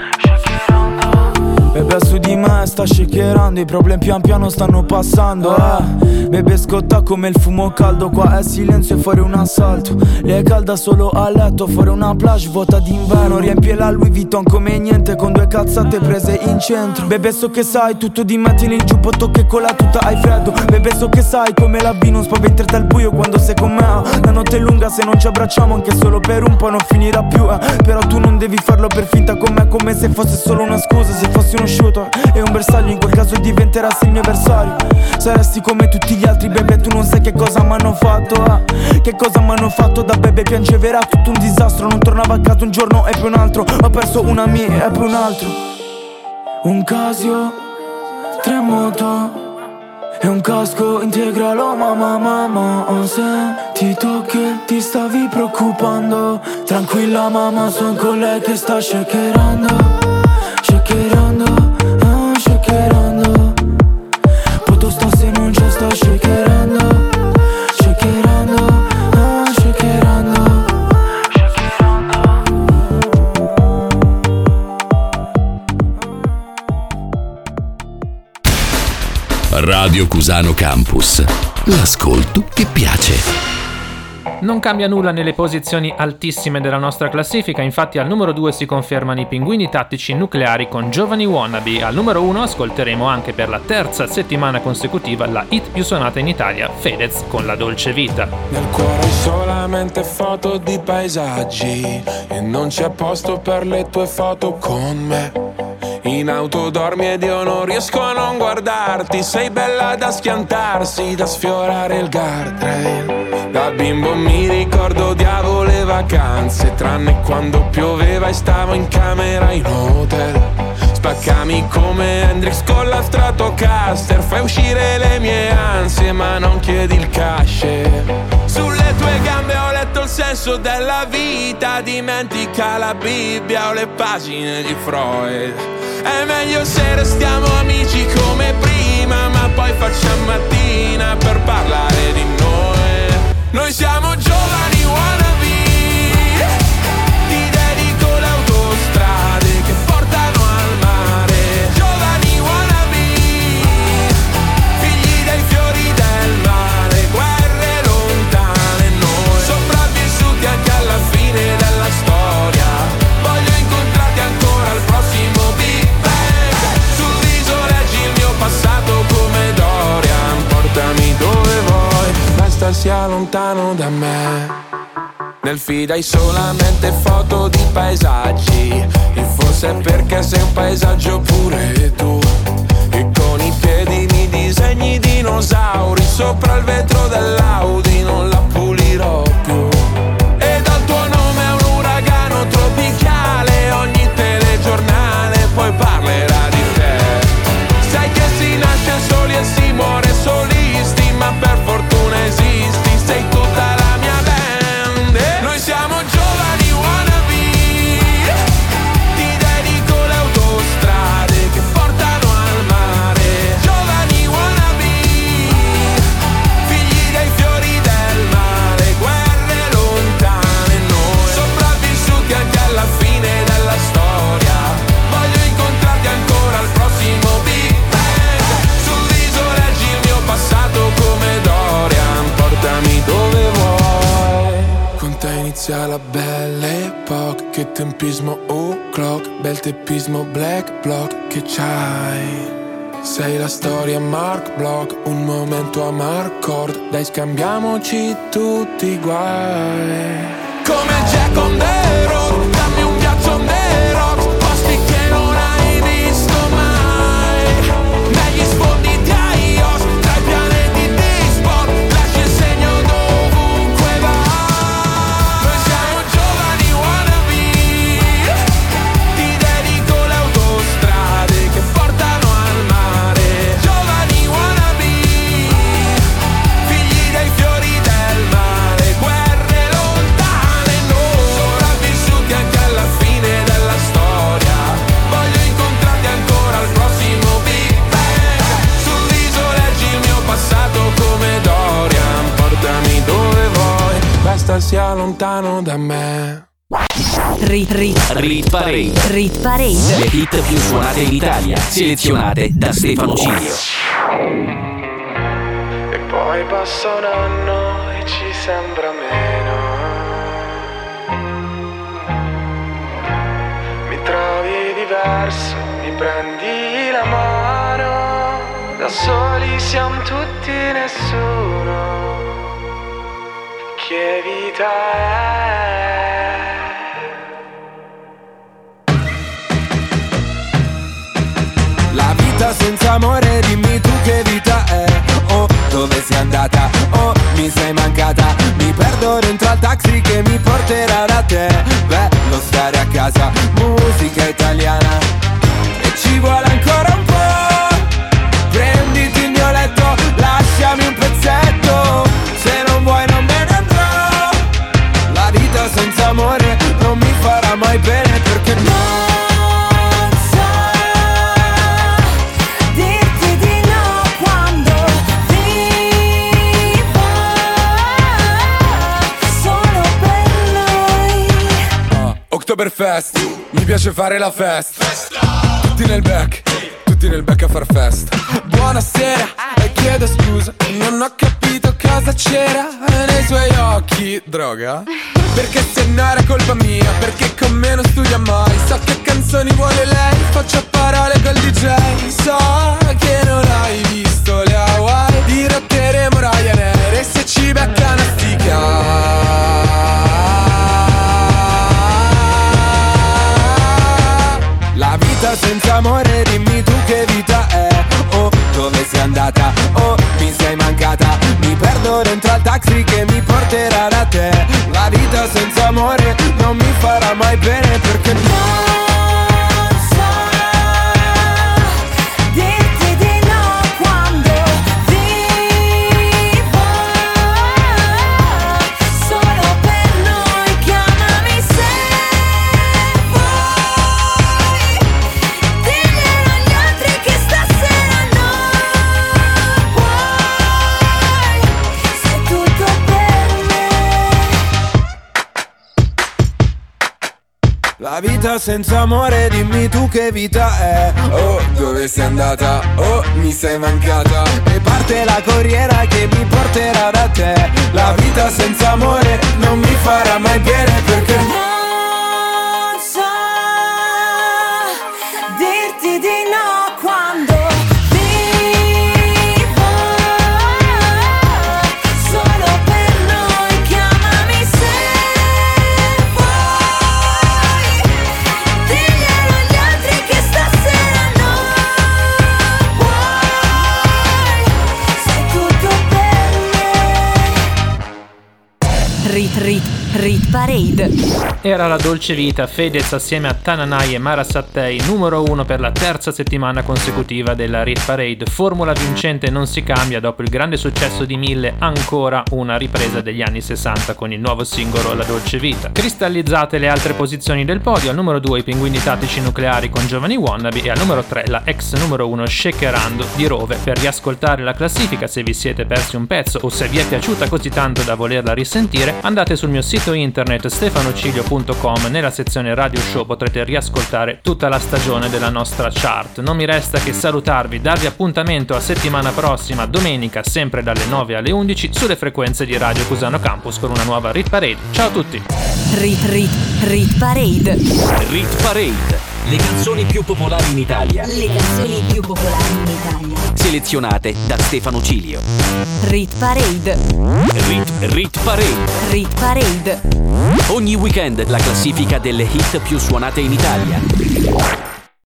shakerando. Bebe su di me sta shakerando, i problemi pian piano stanno passando, eh. Bebe scotta come il fumo caldo, qua è silenzio e fuori un assalto. Lei è calda solo a letto, fuori una plage vuota d'inverno. Riempie la Louis Vuitton come niente, con due cazzate prese in centro. Bebe so che sai tutto di me, tieni il giubbotto che con la tuta hai freddo. Bebe so che sai come la B non spaventerti al buio quando sei con me. La notte è lunga, se non ci abbracciamo anche solo per un po' non finirà più, eh. Però tu non devi farlo per finta con me, come se fosse solo una scusa. Se fossi uno shooter e un bersaglio, in quel caso diventerassi il mio avversario. Saresti come tutti gli altri, bebe, tu non sai che cosa m'hanno fatto, eh. Che cosa m'hanno fatto, da bebe piangeva, era tutto un disastro. Non tornavo a casa un giorno e poi un altro, ho perso una mia e poi un altro. Un Casio, tre moto e un casco integralo, mamma, mamma. Se ti tocchi ti stavi preoccupando, tranquilla mamma, son con lei che sta shakerando, shakerando, ah, shakerando. Poto sta se non c'è, sta shakerando, shakerando, ah, shakerando, shakerando. Radio Cusano Campus, l'ascolto che piace. Non cambia nulla nelle posizioni altissime della nostra classifica, infatti al numero due si confermano i Pinguini Tattici Nucleari con Giovani Wannabe. Al numero uno ascolteremo anche per la terza settimana consecutiva la hit più suonata in Italia, Fedez con La Dolce Vita. Nel cuore solamente foto di paesaggi e non c'è posto per le tue foto con me. In auto dormi ed io non riesco a non guardarti. Sei bella da schiantarsi, da sfiorare il guardrail. Da bimbo mi ricordo odiavo le vacanze, tranne quando pioveva e stavo in camera in hotel. Spaccami come Hendrix con la Stratocaster, fai uscire le mie ansie ma non chiedi il cash. Sulle tue gambe ho letto il senso della vita, dimentica la Bibbia o le pagine di Freud. È meglio se restiamo amici come prima, ma poi facciamo mattina per parlare di noi. Noi siamo giovani wannabe, ti dedico le autostrade che portano al mare. Giovani wannabe, figli dei fiori del mare, guerre lontane noi, sopravvissuti anche alla fine della storia. Voglio incontrarti ancora al prossimo Big Bang. Sul viso leggi il mio passato come Dorian. Portami dove vuoi, basta sia lontano da me. Nel feed hai solamente foto di paesaggi, e forse è perché sei un paesaggio pure tu. E con i piedi mi disegni dinosauri sopra il vetro dell'Audi, non la pulirò più. E dal tuo nome è un uragano tropicale, ogni telegiornale poi parlerà di te. Sai che si nasce soli e si muore solisti, ma per fortuna esisti, sei tutta la mia band. E noi siamo giovani wannabe, ti dedico le autostrade che portano al mare. Giovani wannabe, figli dei fiori del mare, guerre lontane noi, sopravvissuti anche alla fine della storia. Voglio incontrarti ancora al prossimo Big Bang. Sul viso leggi il mio passato come Dorian. Portami dove vuoi, con te inizia la belle epoca. Che tempismo o'clock, bel teppismo black block che c'hai. Sei la storia Mark Block, un momento a Marcord. Dai scambiamoci tutti i guai. Come Jack on the road, dammi un viaggio on the rocks, posti che non hai visto mai. Negli sfondi di iOS, tra i pianeti di sport, lasci il segno dovunque vai. Noi siamo giovani wannabe, ti dedico le autostrade che portano al mare. Giovani wannabe, figli dei fiori del mare, guerre lontane noi, sopravvissuti anche alla fine della storia. Voglio incontrarti ancora al prossimo Big Bang. Sul viso leggi il mio passato come Dorian. Portami dove vuoi, basta sia lontano da me. Rit, rit, Rit Parade. rit parade. Le hit più suonate in Italia, selezionate da Stefano Cilio. E poi passa un anno e ci sembra meno. Mi trovi diverso, mi prendi la mano. Da soli siamo tutti nessuno. Che vita è? La vita senza amore, dimmi tu che vita è. Oh, dove sei andata? Oh, mi sei mancata. Mi perdo dentro al taxi che mi porterà da te. Bello stare a casa, musica italiana. E ci vuole ancora un po'. Prenditi il mio letto, lasciami un pezzetto. Se non vuoi non me ne andrò. La vita senza amore non mi farà mai bene, perché no. Oktoberfest, mi piace fare la festa. Tutti nel back, tutti nel back a far festa. Buonasera, e chiedo scusa, non ho capito cosa c'era nei suoi occhi. Droga? Perché se no era colpa mia, perché con me non studia mai. So che canzoni vuole lei, faccio a parole col D J. So che non hai visto le Hawaii, dirotteremo Ryanair e se ci becca una stica. La vita vita senza amore, dimmi tu che vita è. Oh, dove sei andata? Oh, mi sei mancata. Mi perdo dentro al taxi che mi porterà da te. La vita senza amore non mi farà mai bene perché no. La vita senza amore, dimmi tu che vita è. Oh, dove sei andata? Oh, mi sei mancata. E parte la corriera che mi porterà da te. La vita senza amore non mi farà mai bene perché non so dirti di no quando Rit Rit Rit Parade. Era la Dolce Vita, Fedez assieme a Tananai e Mara Sattei, numero uno per la terza settimana consecutiva della Rit Parade. Formula vincente non si cambia dopo il grande successo di Mille, ancora una ripresa degli anni sessanta con il nuovo singolo La Dolce Vita. Cristallizzate le altre posizioni del podio, al numero due i Pinguini Tattici Nucleari con Giovani Wannabe e al numero tre la ex numero uno Shakerando di Rove. Per riascoltare la classifica, se vi siete persi un pezzo o se vi è piaciuta così tanto da volerla risentire, andate sul mio sito internet stefanocilio punto com. Nella sezione Radio Show potrete riascoltare tutta la stagione della nostra chart. Non mi resta che salutarvi, darvi appuntamento a settimana prossima, domenica, sempre dalle nove alle undici, sulle frequenze di Radio Cusano Campus con una nuova Rit Parade. Ciao a tutti! Rit Rit Rit Parade. Rit Parade. Le canzoni più popolari in Italia. Le canzoni più popolari in Italia. Selezionate da Stefano Cilio. Rit Parade. Rit, Rit Parade. Rit Parade. Ogni weekend la classifica delle hit più suonate in Italia.